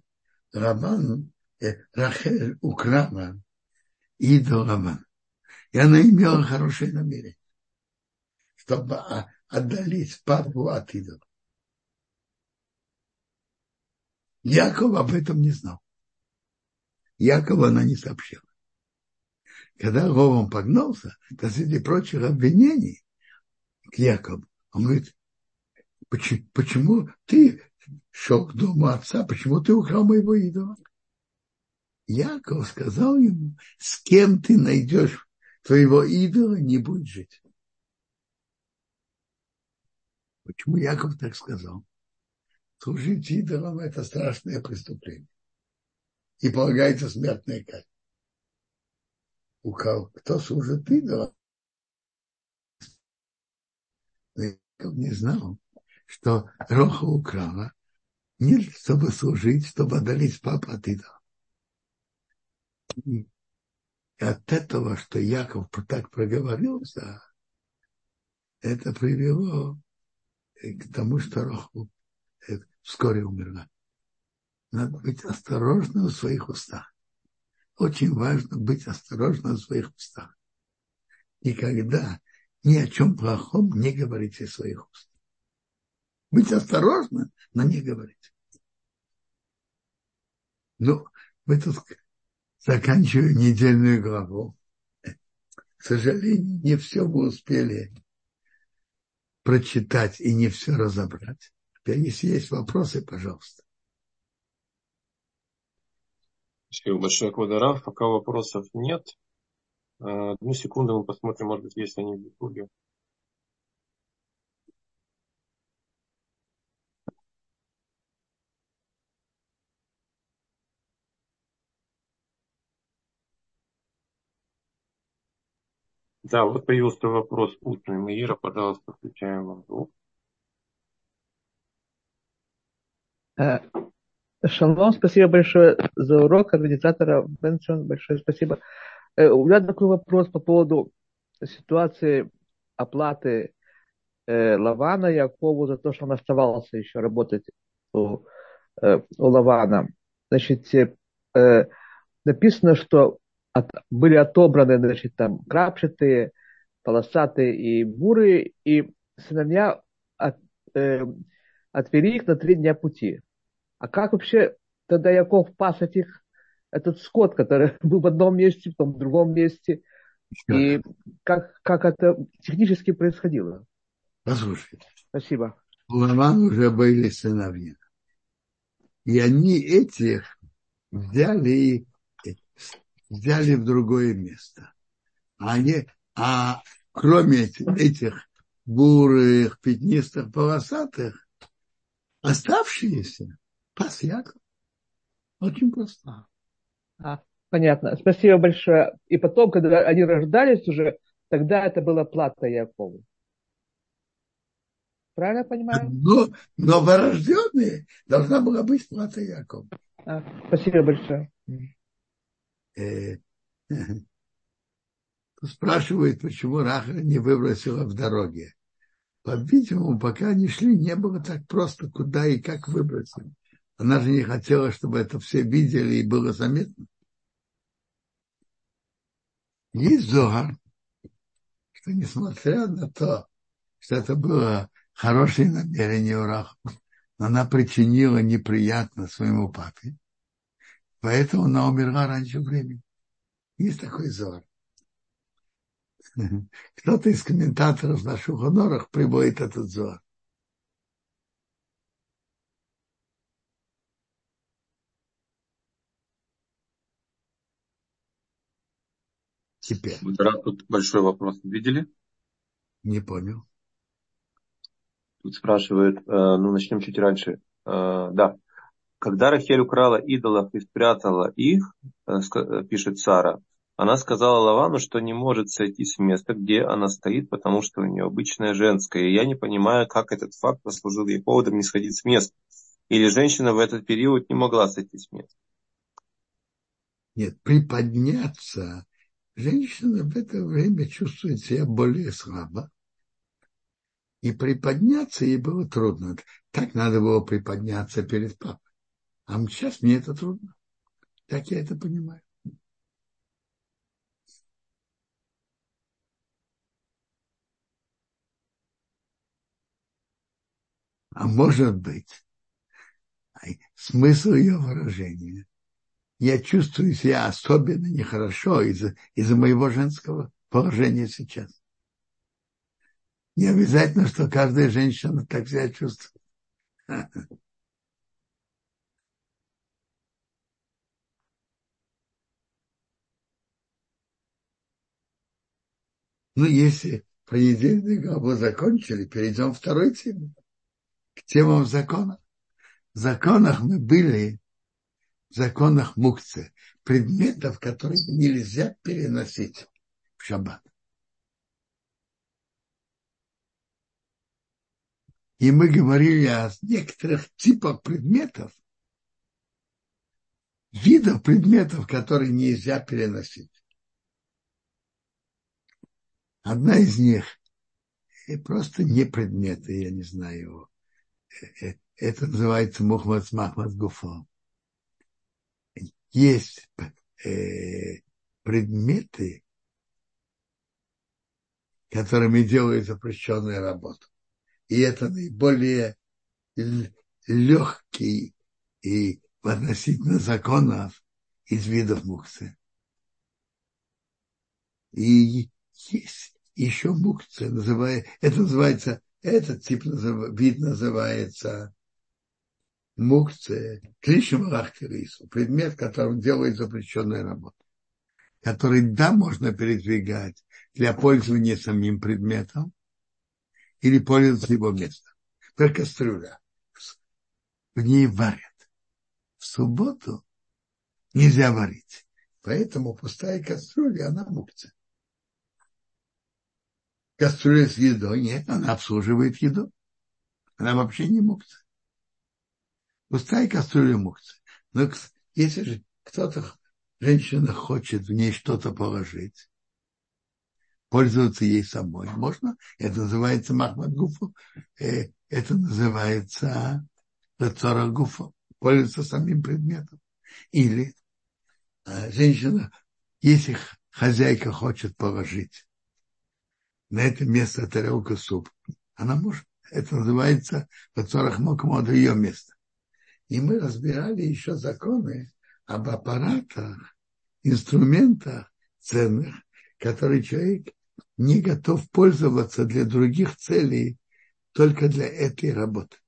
Рахель украла идол Лавана. И она имела хорошее намерение, чтобы отдалить папу от идола. Яков об этом не знал. Якова она не сообщила. Когда Лован погнался, то среди прочих обвинений к Якову, он говорит, почему ты шел к дому отца, почему ты украл моего идола? Яков сказал ему, с кем ты найдешь твоего идола, не будет жить. Почему Яков так сказал? Служить идолам – это страшное преступление. И полагается смертная казнь. У кого, кто служит идолам, Яков не знал, что Роха украла не чтобы служить, чтобы отдалить папу от идола. И от этого, что Яков так проговорился, это привело к тому, что Роха вскоре умерла. Надо быть осторожным в своих устах. Очень важно быть осторожным в своих устах. Никогда ни о чем плохом не говорите в своих устах. Быть осторожным, но не говорить. Ну, мы тут заканчиваем недельную главу. К сожалению, не все мы успели прочитать и не все разобрать. Теперь, если есть вопросы, пожалуйста. Спасибо большое, Квадарав. Пока вопросов нет. Одну секунду мы посмотрим, может быть, есть они в Ютубе. Да, вот появился вопрос устный. Маира, пожалуйста, включаем вам звук. Шалом, спасибо большое за урок организатора Бенсон, большое спасибо. У меня такой вопрос по поводу ситуации оплаты Лавана Якову за то, что он оставался еще работать у Лавана. Значит, написано, что были отобраны, значит, там крапчатые, полосатые и бурые, и сыновья отвели их на 3 дня пути. А как вообще тогда Яков пас этот скот, который был в одном месте, потом в другом месте, и как это технически происходило? Послушайте. Спасибо. У Лавана уже были сыновья. И они этих взяли в другое место. А кроме этих бурых, пятнистых, полосатых, оставшиеся пас Яков. Очень просто. Понятно. Спасибо большое. И потом, когда они рождались уже, тогда это была плата Якову. Правильно я понимаю? Но новорожденные должна была быть плата Якова. Спасибо большое. Спрашивают, почему Рахель не выбросила в дороге. По-видимому, пока они шли, не было так просто, куда и как выбросить. Она же не хотела, чтобы это все видели и было заметно. Есть Зоар, что несмотря на то, что это было хорошее намерение у Рахель, она причинила неприятно своему папе, поэтому она умерла раньше времени. Есть такой Зоар. Кто-то из комментаторов на Шулхан-Арух приводит этот Зоар. Теперь. Тут большой вопрос. Видели? Не понял. Тут спрашивает, начнем чуть раньше. Да. Когда Рахель украла идолов и спрятала их, пишет Сара, она сказала Лавану, что не может сойти с места, где она стоит, потому что у нее обычная женская. И я не понимаю, как этот факт послужил ей поводом не сходить с места. Или женщина в этот период не могла сойти с места. Нет, приподняться. Женщина в это время чувствует себя более слабо. И приподняться ей было трудно. Так надо было приподняться перед папой. А сейчас мне это трудно. Так я это понимаю. А может быть, смысл ее выражения. Я чувствую себя особенно нехорошо из-за моего женского положения сейчас. Не обязательно, что каждая женщина так себя чувствует. Ну, если про недельную главу закончили, перейдем к второй теме, к темам закона. В законах мы были, в законах мукцы, предметов, которые нельзя переносить в шаббат. И мы говорили о некоторых типах предметов, видов предметов, которые нельзя переносить. Одна из них просто не предметы, я не знаю. Это называется мухмац махмац гуфо. Есть предметы, которыми делают запрещенную работу. И это наиболее легкий и относительно законов из видов мукцы. И есть еще мукцы, этот вид называется мукцы, клишем лахтерису, предмет, которым делает запрещенную работу, который, да, можно передвигать для пользования самим предметом или пользоваться его местом. Например, кастрюля. В ней варят. В субботу нельзя варить. Поэтому пустая кастрюля, она мукция. Кастрюля с едой, нет, она обслуживает еду. Она вообще не мукция. Пустая кастрюля мукция. Но если же женщина хочет в ней что-то положить, пользоваться ей самой, можно. Это называется махмад гуфу. Это называется лецора гуфу. Пользоваться самим предметом. Или женщина, если хозяйка хочет положить на это место тарелку суп, она может. Это называется лецора мокмода, ее место. И мы разбирали еще законы об аппаратах, инструментах ценных, которые человек не готов пользоваться для других целей, только для этой работы.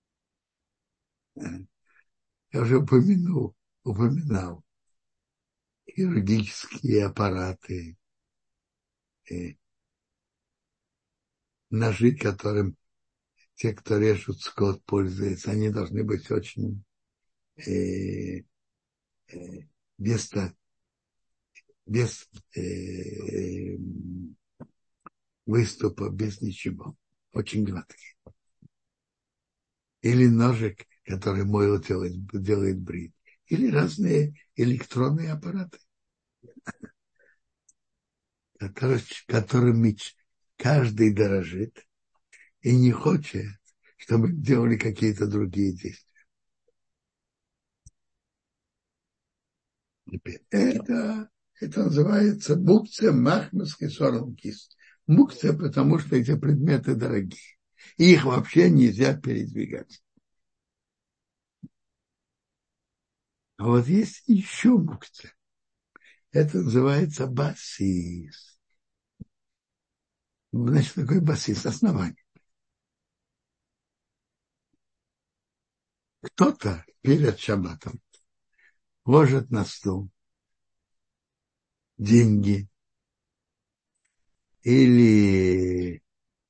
Я уже упоминал хирургические аппараты, ножи, которым те, кто режут скот, пользуются, они должны быть очень без выступа, без ничего. Очень гладкий. Или ножик, который моет, делает брит. Или разные электронные аппараты, которыми каждый дорожит и не хочет, чтобы делали какие-то другие действия. Теперь, это называется мукция махмаский соронкис. Мукция, потому что эти предметы дорогие. И их вообще нельзя передвигать. А вот есть еще мукция. Это называется басис. Значит, такой басис, основание. Кто-то перед шаббатом ложит на стол деньги или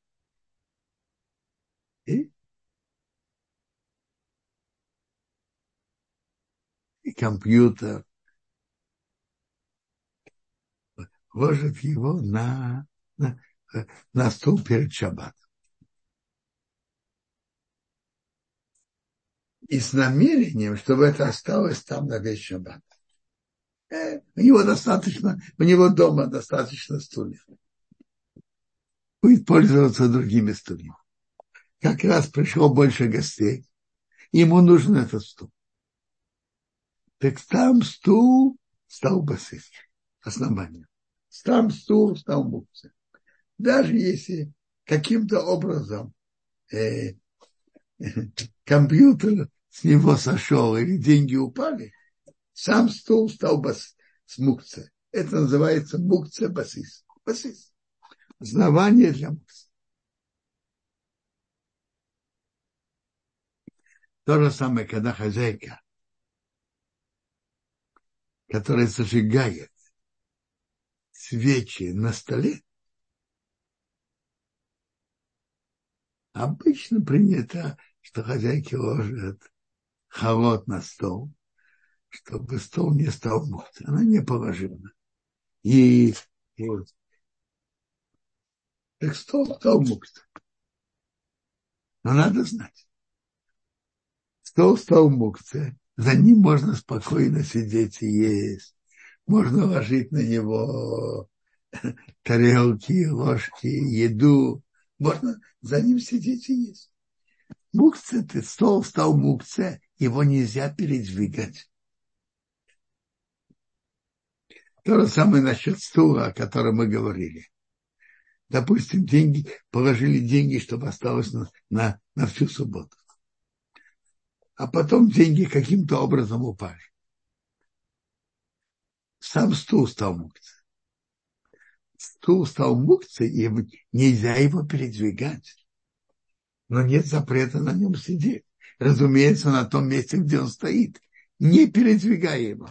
и компьютер, ложит его на стол перед шаббатом. И с намерением, чтобы это осталось там на весь шаббат. У него дома достаточно стульев. Будет пользоваться другими стульями. Как раз пришло больше гостей, ему нужен этот стул. Так там стул стал басист, основание. Там стул стал мукция. Даже если каким-то образом компьютер с него сошел или деньги упали, сам стул стал с мукция. Это называется мукция басис. Басис. Основание для мукции. То же самое, когда хозяйка, которая зажигает свечи на столе, Обычно принято, что хозяйки ложат халот на стол, чтобы стол не стал мокрым. Она не положила. И так стол стал мокрым. Но надо знать. Стол стал мукция, за ним можно спокойно сидеть и есть. Можно ложить на него тарелки, ложки, еду. Можно за ним сидеть и есть. Мукция, стол стал мукция, его нельзя передвигать. То же самое насчет стула, о котором мы говорили. Допустим, положили деньги, чтобы осталось на всю субботу. А потом деньги каким-то образом упали. Сам стул стал мукцией. Стул стал мукцией, и нельзя его передвигать. Но нет запрета на нем сидеть. Разумеется, на том месте, где он стоит, не передвигая его.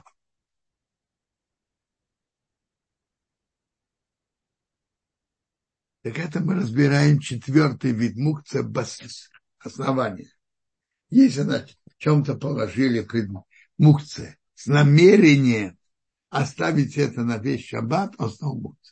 Так это мы разбираем 4-й вид мукция басис, основание. Если на чем-то положили мукция с намерением оставить это на весь шаббат, он стал мукцией.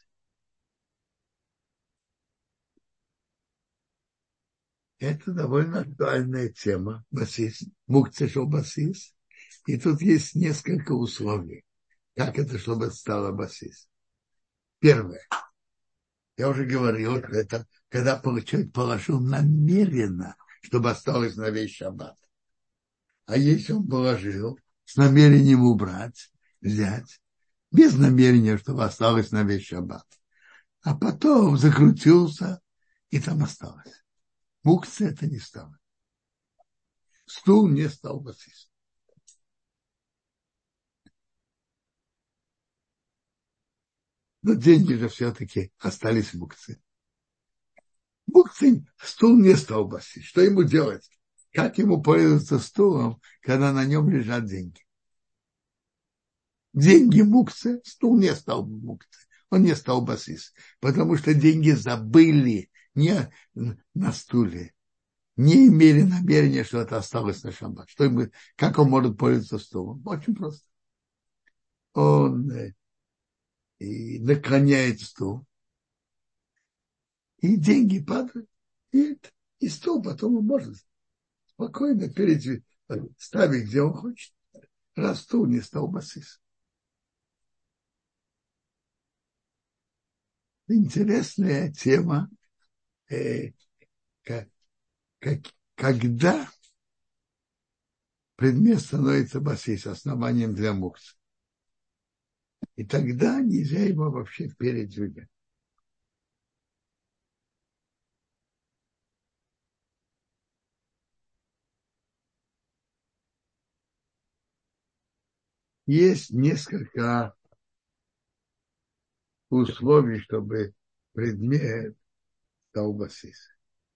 Это довольно актуальная тема, басис, мукция шел басис. И тут есть несколько условий, как это, чтобы стало басис. Первое. Я уже говорил, это когда человек положил намеренно, чтобы осталось на весь шаббат. А если он положил с намерением взять, без намерения, чтобы осталось на весь шаббат, а потом закрутился, и там осталось. Мукция это не стало. Стул не стал басистом. Но деньги же все-таки остались в мукции. Стул не стал басистом. Что ему делать? Как ему пользоваться стулом, когда на нем лежат деньги? Деньги мукция, стул не стал мукцией. Он не стал басис, потому что деньги забыли не на стуле, не имели намерения, что это осталось на шаббат. Как он может пользоваться стулом? Очень просто. Он наклоняет стул, и деньги падают, и стул потом он может спокойно ставить, где он хочет. Раз стул не стал басис. Интересная тема, когда предмет становится басис, основанием для мукции. И тогда нельзя его вообще передвигать. Есть несколько условий, чтобы предмет стал басис.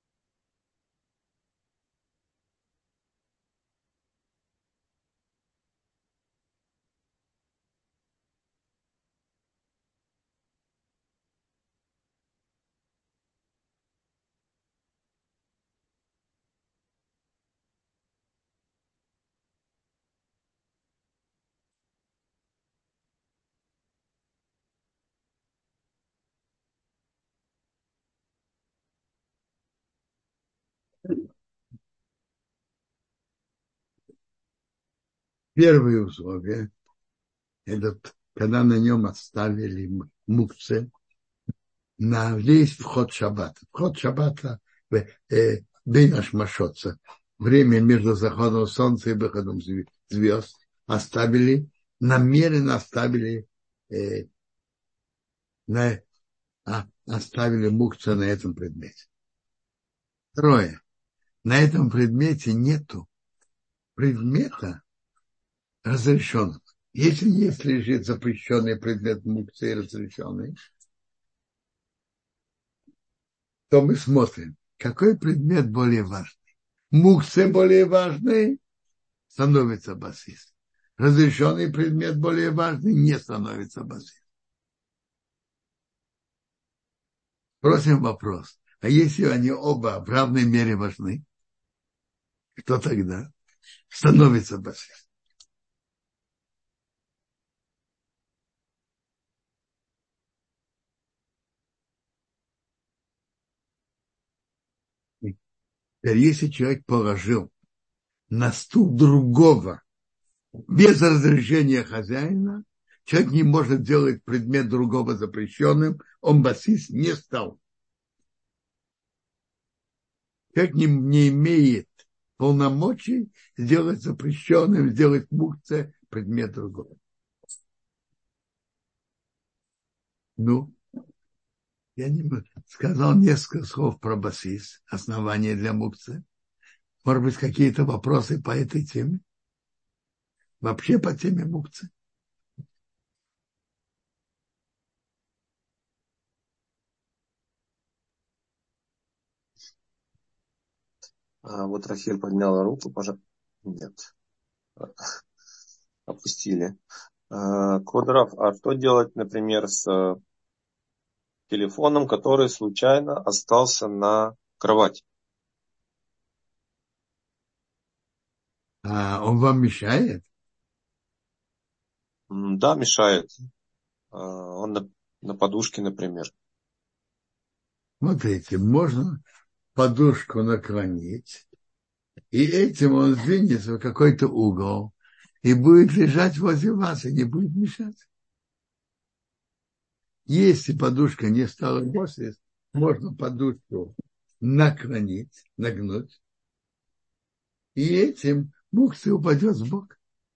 Первое условие – это когда на нем оставили мукце на весь вход шаббата. Вход шаббата бейн ашмашотца. Время между заходом солнца и выходом звезд намеренно оставили мукце на этом предмете. Второе. На этом предмете нету предмета разрешенного. Если лежит запрещенный предмет мукции разрешенный, то мы смотрим, какой предмет более важный. Мукция более важный, становится басис. Разрешенный предмет более важный, не становится басис. Просим вопрос. А если они оба в равной мере важны, что тогда? Становится басист. Теперь, если человек положил на стул другого без разрешения хозяина, человек не может делать предмет другого запрещенным, он басист не стал. Человек не имеет полномочий сделать запрещенным, сделать мукце предмет другого. Ну, я не сказал несколько слов про басис, основания для мукцы. Может быть, какие-то вопросы по этой теме? Вообще по теме мукцы? Вот Рахиль подняла руку, пожалуйста. Нет. Опустили. Квадрат, а что делать, например, с телефоном, который случайно остался на кровати? А он вам мешает? Да, мешает. Он на подушке, например. Смотрите, можно подушку наклонить, и этим он сдвинется в какой-то угол и будет лежать возле вас и не будет мешать. Если подушка не стала возле, можно подушку наклонить, нагнуть, и этим мукция упадет сбоку.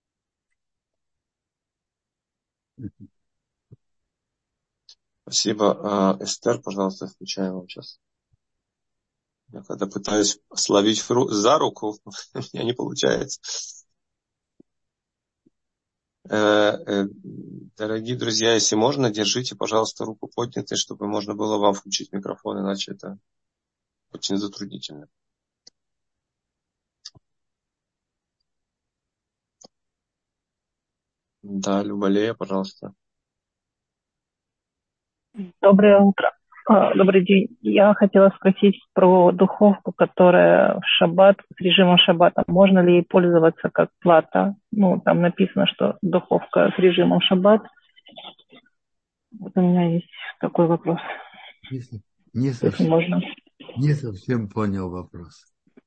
Спасибо. Эстер, пожалуйста, включаем вам сейчас. Я когда пытаюсь словить за руку, у меня не получается. Дорогие друзья, если можно, держите, пожалуйста, руку поднятой, чтобы можно было вам включить микрофон, иначе это очень затруднительно. Да, Любалея, пожалуйста. Доброе утро. Добрый день. Я хотела спросить про духовку, которая в шаббат, с режимом шаббата. Можно ли ей пользоваться как плата? Ну, там написано, что духовка с режимом шаббат. Вот у меня есть такой вопрос. Если можно. Не совсем понял вопрос.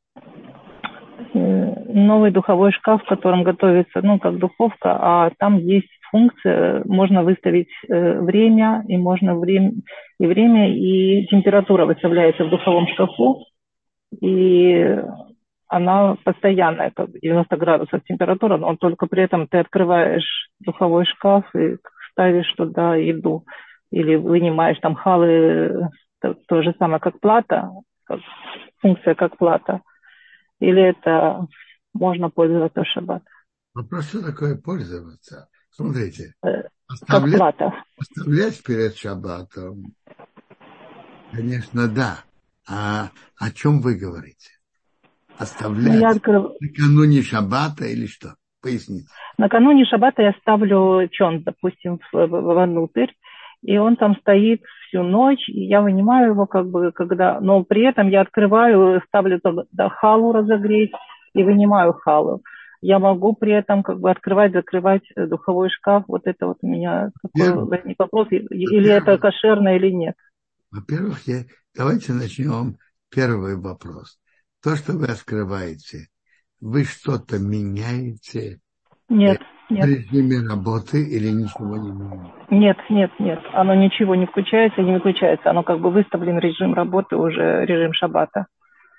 Новый духовой шкаф, в котором готовится, ну, как духовка, а там есть функция, можно выставить время, и можно время, и температура выставляется в духовом шкафу, и она постоянная, как 90 градусов температура, но только при этом ты открываешь духовой шкаф и ставишь туда еду, или вынимаешь там халы, то же самое, как плата, функция как плата. Или это можно пользоваться в шаббат? Вопрос, что такое пользоваться? Смотрите, Как плата. оставлять перед шаббатом, конечно, да. А о чем вы говорите? Оставлять накануне шаббата или что? Поясните. Накануне шаббата я ставлю чон, допустим, внутрь, и он там стоит всю ночь, и я вынимаю его, как бы, когда... Но при этом я открываю, ставлю туда халу разогреть и вынимаю халу. Я могу при этом как бы открывать, закрывать духовой шкаф. Вот это вот у меня такой возник вопрос, или это кошерно, или нет. Во-первых, давайте начнем первый вопрос. То, что вы открываете, вы что-то меняете? Нет. В режиме работы или ничего не меняете? Нет. Оно ничего не включается и не выключается. Оно как бы выставлен режим работы, уже режим шаббата.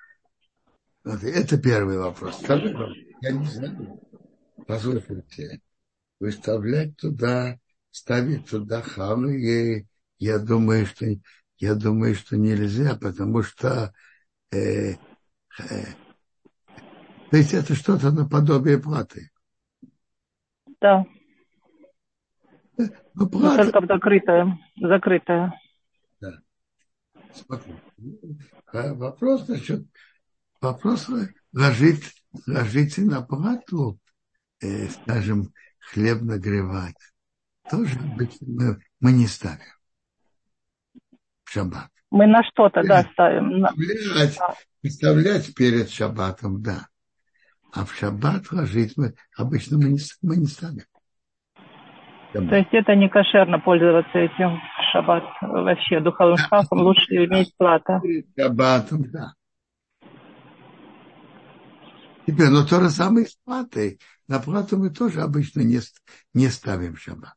Это первый вопрос. Второй вопрос. Я не знаю. Послушайте, выставлять туда, ставить туда халы, и я думаю, что нельзя, потому что то есть это что-то наподобие платы. Да. Но плата... только закрытая. Да. Смотрите. Вопрос ложите на плату, скажем, хлеб нагревать. Тоже обычно мы не ставим в шаббат. Мы на что-то, да, ставим. Представлять перед шаббатом, да. А в шаббат ложить мы не ставим. То есть это не кошерно пользоваться этим в шаббат вообще духовым шкафом, лучше иметь плата. Перед шаббатом, да. Теперь, но то же самое с платой. На плату мы тоже обычно не ставим в шаббат.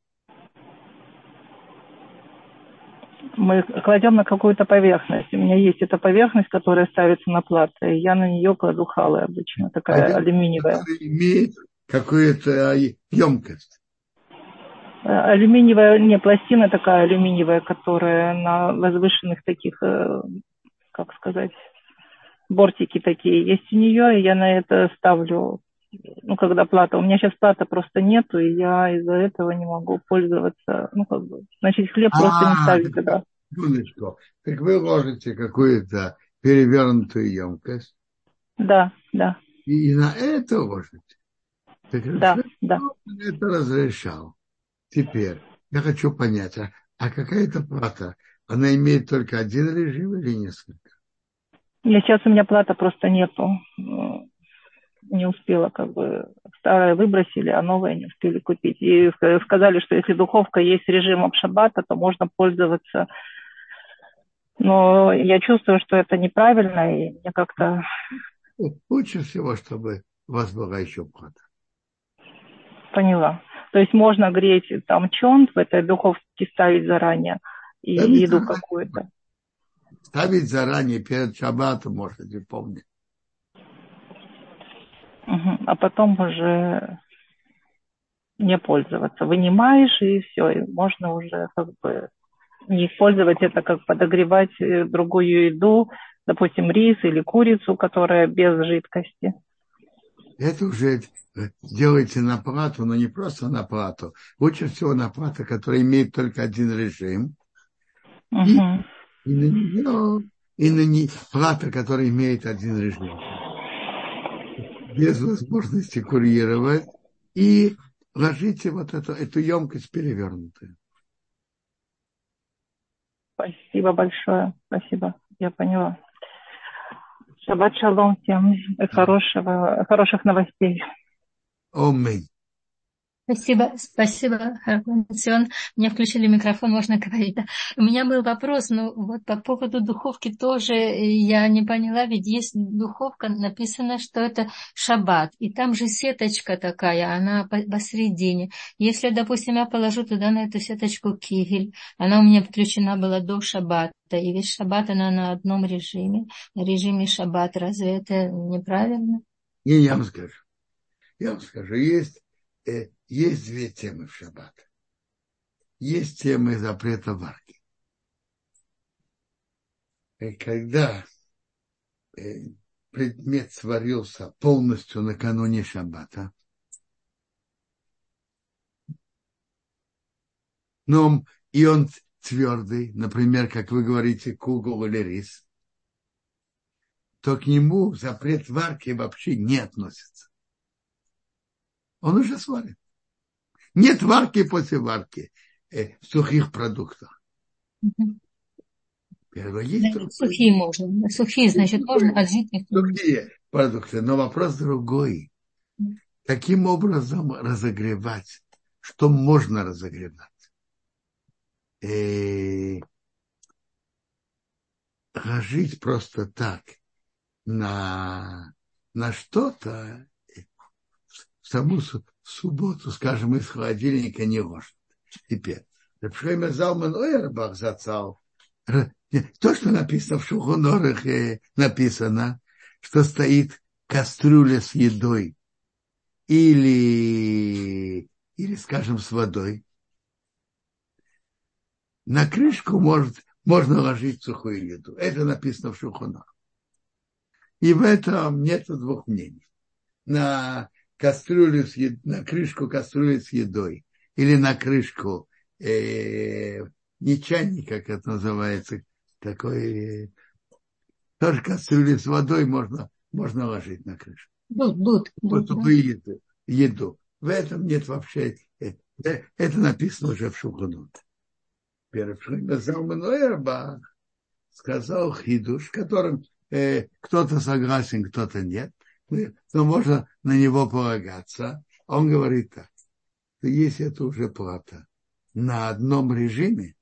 Мы кладем на какую-то поверхность. У меня есть эта поверхность, которая ставится на плату, и я на нее кладу халы обычно, такая алюминиевая. Которая имеет какую-то емкость. Алюминиевая, не, пластина такая алюминиевая, которая на возвышенных таких, как сказать, бортики такие есть у нее, и я на это ставлю, ну, когда плата. У меня сейчас плата просто нету, и я из-за этого не могу пользоваться, ну, как бы, значит, хлеб просто не ставить туда. Секундочку. Так вы ложите какую-то перевернутую емкость. Да, да. И на это ложите. Так да, да. это разрешал. Теперь я хочу понять, а какая-то плата, она имеет только один режим или несколько? Сейчас у меня плата просто нету. Не успела, как бы, старое выбросили, а новое не успели купить. И сказали, что если духовка есть с режимом шаббата, то можно пользоваться. Но я чувствую, что это неправильно, и мне как-то... Лучше всего, чтобы у вас была еще плата. Поняла. То есть можно греть там чонт в этой духовке, ставить заранее и ставить еду заранее. какую-то. Ставить заранее перед шаббатом, можете помнить. А потом уже не пользоваться. Вынимаешь, и все, и можно уже как бы не использовать это, как подогревать другую еду, допустим, рис или курицу, которая без жидкости. Это уже делайте на плату, но не просто на плату. Лучше всего на плату, которая имеет только один режим. И на нее плата, которая имеет один режим. Без возможности курировать. И ложите вот эту емкость перевернутую. Спасибо большое. Спасибо. Я поняла. Шаббат шалом всем. Хороших новостей. Аминь. Спасибо, Харпансион. Мне включили микрофон, можно говорить. Да. У меня был вопрос, но вот по поводу духовки тоже я не поняла, ведь есть духовка, написано, что это шаббат, и там же сеточка такая, она посередине. Если, допустим, я положу туда на эту сеточку кигель, она у меня подключена была до шаббата, и весь шаббат она на одном режиме, на режиме шаббат, разве это неправильно? Я вам скажу, есть две темы в шаббат. Есть тема запрета варки. И когда предмет сварился полностью накануне шаббата, но и он твердый, например, как вы говорите, кугл или рис, то к нему запрет варки вообще не относится. Он уже сварен. Нет варки после варки в сухих продуктах. Сухие можно. Сухие, значит, можно, а жидких сухие продукты. Но вопрос другой. Каким образом разогревать? Что можно разогревать? Ложить просто так на что-то в саму субботу, скажем, из холодильника не ложат. Теперь, Рабшхаймер Залман Ойербах зацал. То, что написано в Шулхан Орухе, написано, что стоит кастрюля с едой или, скажем, с водой. На крышку можно ложить сухую еду. Это написано в Шулхан Орухе. И в этом нет двух мнений. На крышку кастрюли с едой или на крышку не чайник, как это называется, такой тоже кастрюли с водой можно ложить на крышу. Сухую еду. В этом нет вообще. Это написано уже в Шулхан Орухе. сказал хидуш, в котором кто-то согласен, кто-то нет, но можно на него полагаться. Он говорит так, что если это уже плата на одном режиме,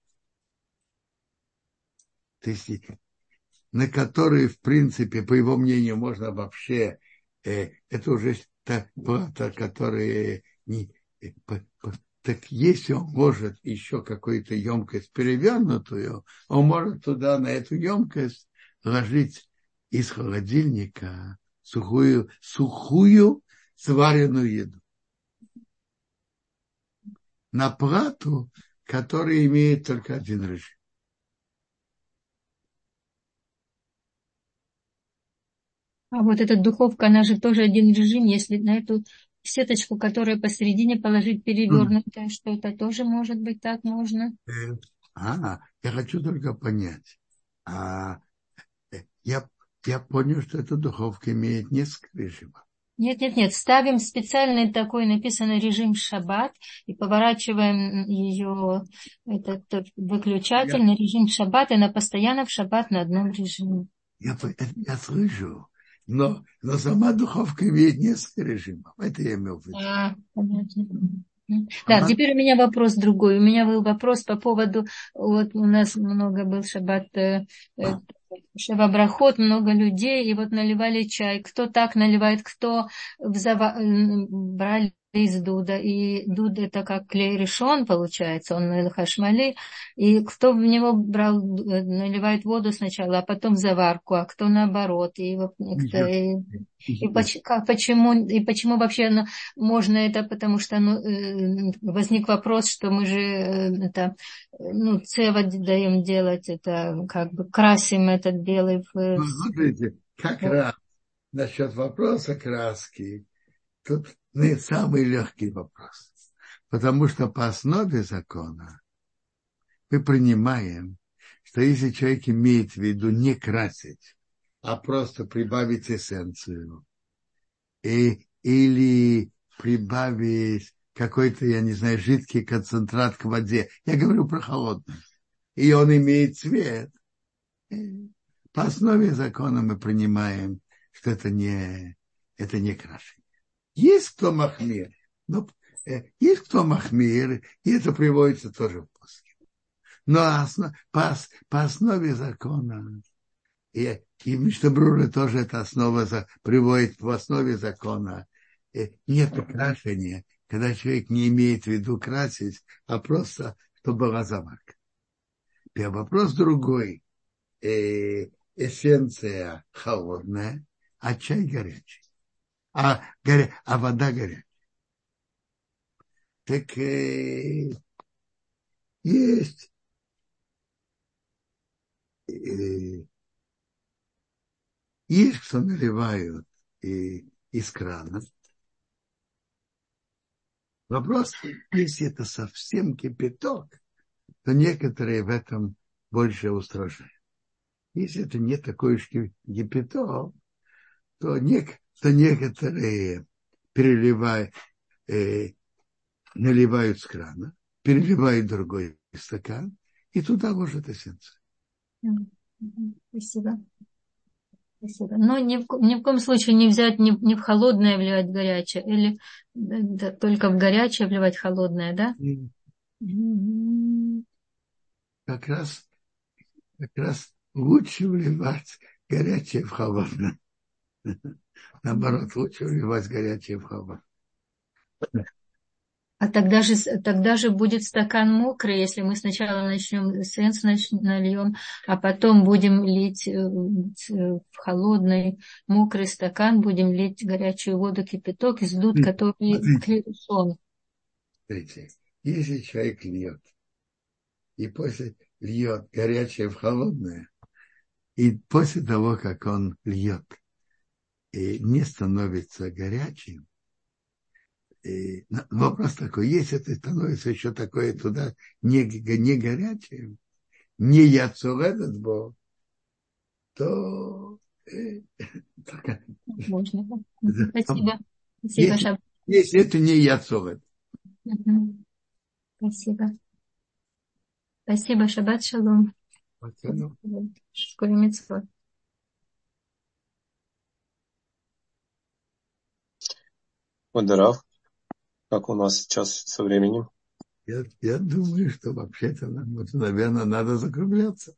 то есть, на который, в принципе, по его мнению, можно вообще, это уже та плата, которая не... Так если он может еще какую-то емкость перевернутую, он может туда, на эту емкость, ложить из холодильника сухую сваренную еду. На плату, которая имеет только один режим. А вот эта духовка, она же тоже один режим, если на эту сеточку, которая посередине, положить перевернутое, что это тоже может быть так можно? Я хочу только понять. Я понял, что эта духовка имеет несколько режимов. Нет. Ставим специальный такой, написано режим шаббат, и поворачиваем ее, этот выключатель на режим шаббат, и она постоянно в шаббат на одном режиме. Я слышу, но сама духовка имеет несколько режимов. Это я имел в виду. Понятно. Да, теперь у меня вопрос другой. У меня был вопрос по поводу, вот у нас много был шаббат, шаббат-брахот, много людей, и вот наливали чай. Кто так наливает, кто брали из дуда, и дуд это как клей решен, получается, он хашмали, и кто в него брал, наливает воду сначала, а потом заварку, а кто наоборот, и вот почему вообще можно это, потому что возник вопрос, что мы же цева даем делать, это как бы красим этот белый. Смотрите, как раз насчет вопроса краски, тут самый легкий вопрос. Потому что по основе закона мы принимаем, что если человек имеет в виду не красить, а просто прибавить эссенцию, или прибавить какой-то, я не знаю, жидкий концентрат к воде, я говорю про холодную, и он имеет цвет, по основе закона мы принимаем, что это не крашение. Есть кто махмир, но есть кто махмир, и это приводится тоже в поске. Но по основе закона, и Мишнабрура тоже это приводит в основе закона, нет крашения, когда человек не имеет в виду красить, а просто, чтобы была заварка. И вопрос другой. Эссенция холодная, а чай горячий. А вода горячая. Так есть кто наливают из крана. Вопрос, если это совсем кипяток, то некоторые в этом больше устражают. Если это не такой уж кипяток, то некоторые наливают с крана, переливают другой стакан, и туда ложат эссенцию. Спасибо. Но ни в коем случае не взять не в холодное вливать горячее, или только в горячее вливать холодное, да? Как раз лучше вливать горячее в холодное. Наоборот, лучше вливать горячее в холодное. А тогда же будет стакан мокрый, если мы сначала начнем эссенс нальем, а потом будем лить в холодный мокрый стакан, будем лить горячую воду, кипяток из дуд, который клерусон. Смотрите, если человек льет, и после льет горячее в холодное, и после того, как он льет, и не становится горячим, вопрос такой, если это становится еще такое туда не горячим, не яцуледет бо, то можно. Спасибо. Спасибо, если это не яцулед. Спасибо. Спасибо, шаббат шалом. Школе мицвот. Модерав, как у нас сейчас со временем? Я думаю, что вообще-то нам, наверное, надо закругляться.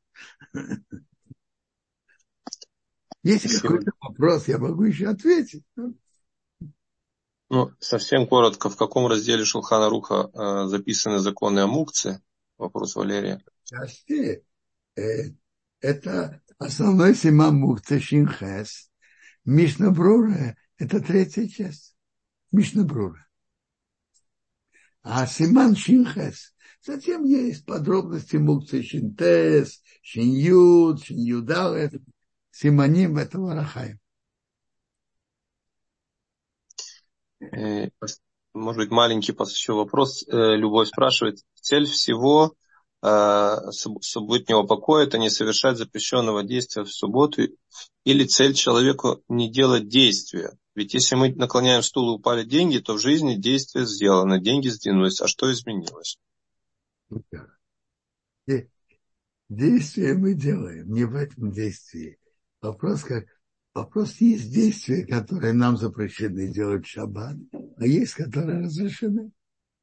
Если Спасибо. какой-то вопрос, я могу еще ответить. Ну, совсем коротко, в каком разделе Шулхана Руха записаны законы о мукце? Вопрос Валерия. Части, это основной симам мукта Шинхес. Мишна Брура – это третья часть. Мишна Брура. А Симан Шинхес. Затем есть подробности мукцы Шинтес, Шиньюд, Шиньюдалет, Симаним этого Рахаем. Может быть, маленький еще вопрос. Любовь спрашивает. Цель всего субботнего покоя – это не совершать запрещенного действия в субботу, или цель человеку не делать действия? Ведь если мы наклоняем стул и упали деньги, то в жизни действие сделано, деньги сдвинулись. А что изменилось? Действие мы делаем, не в этом действии. Вопрос есть действия, которые нам запрещены делать в шаббат, а есть, которые разрешены.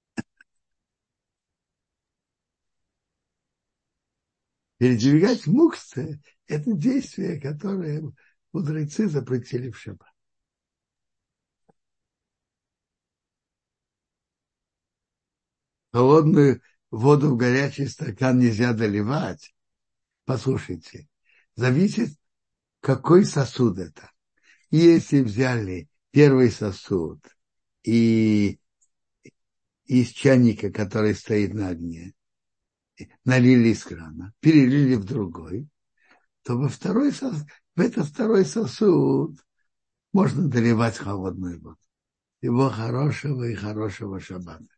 Передвигать мукцы – это действие, которое мудрецы запретили в шаббат. Холодную воду в горячий стакан нельзя доливать. Послушайте, зависит, какой сосуд это. Если взяли первый сосуд и из чайника, который стоит на огне, налили из крана, перелили в другой, то в этот второй сосуд можно доливать холодную воду. Всего хорошего и хорошего шаббата.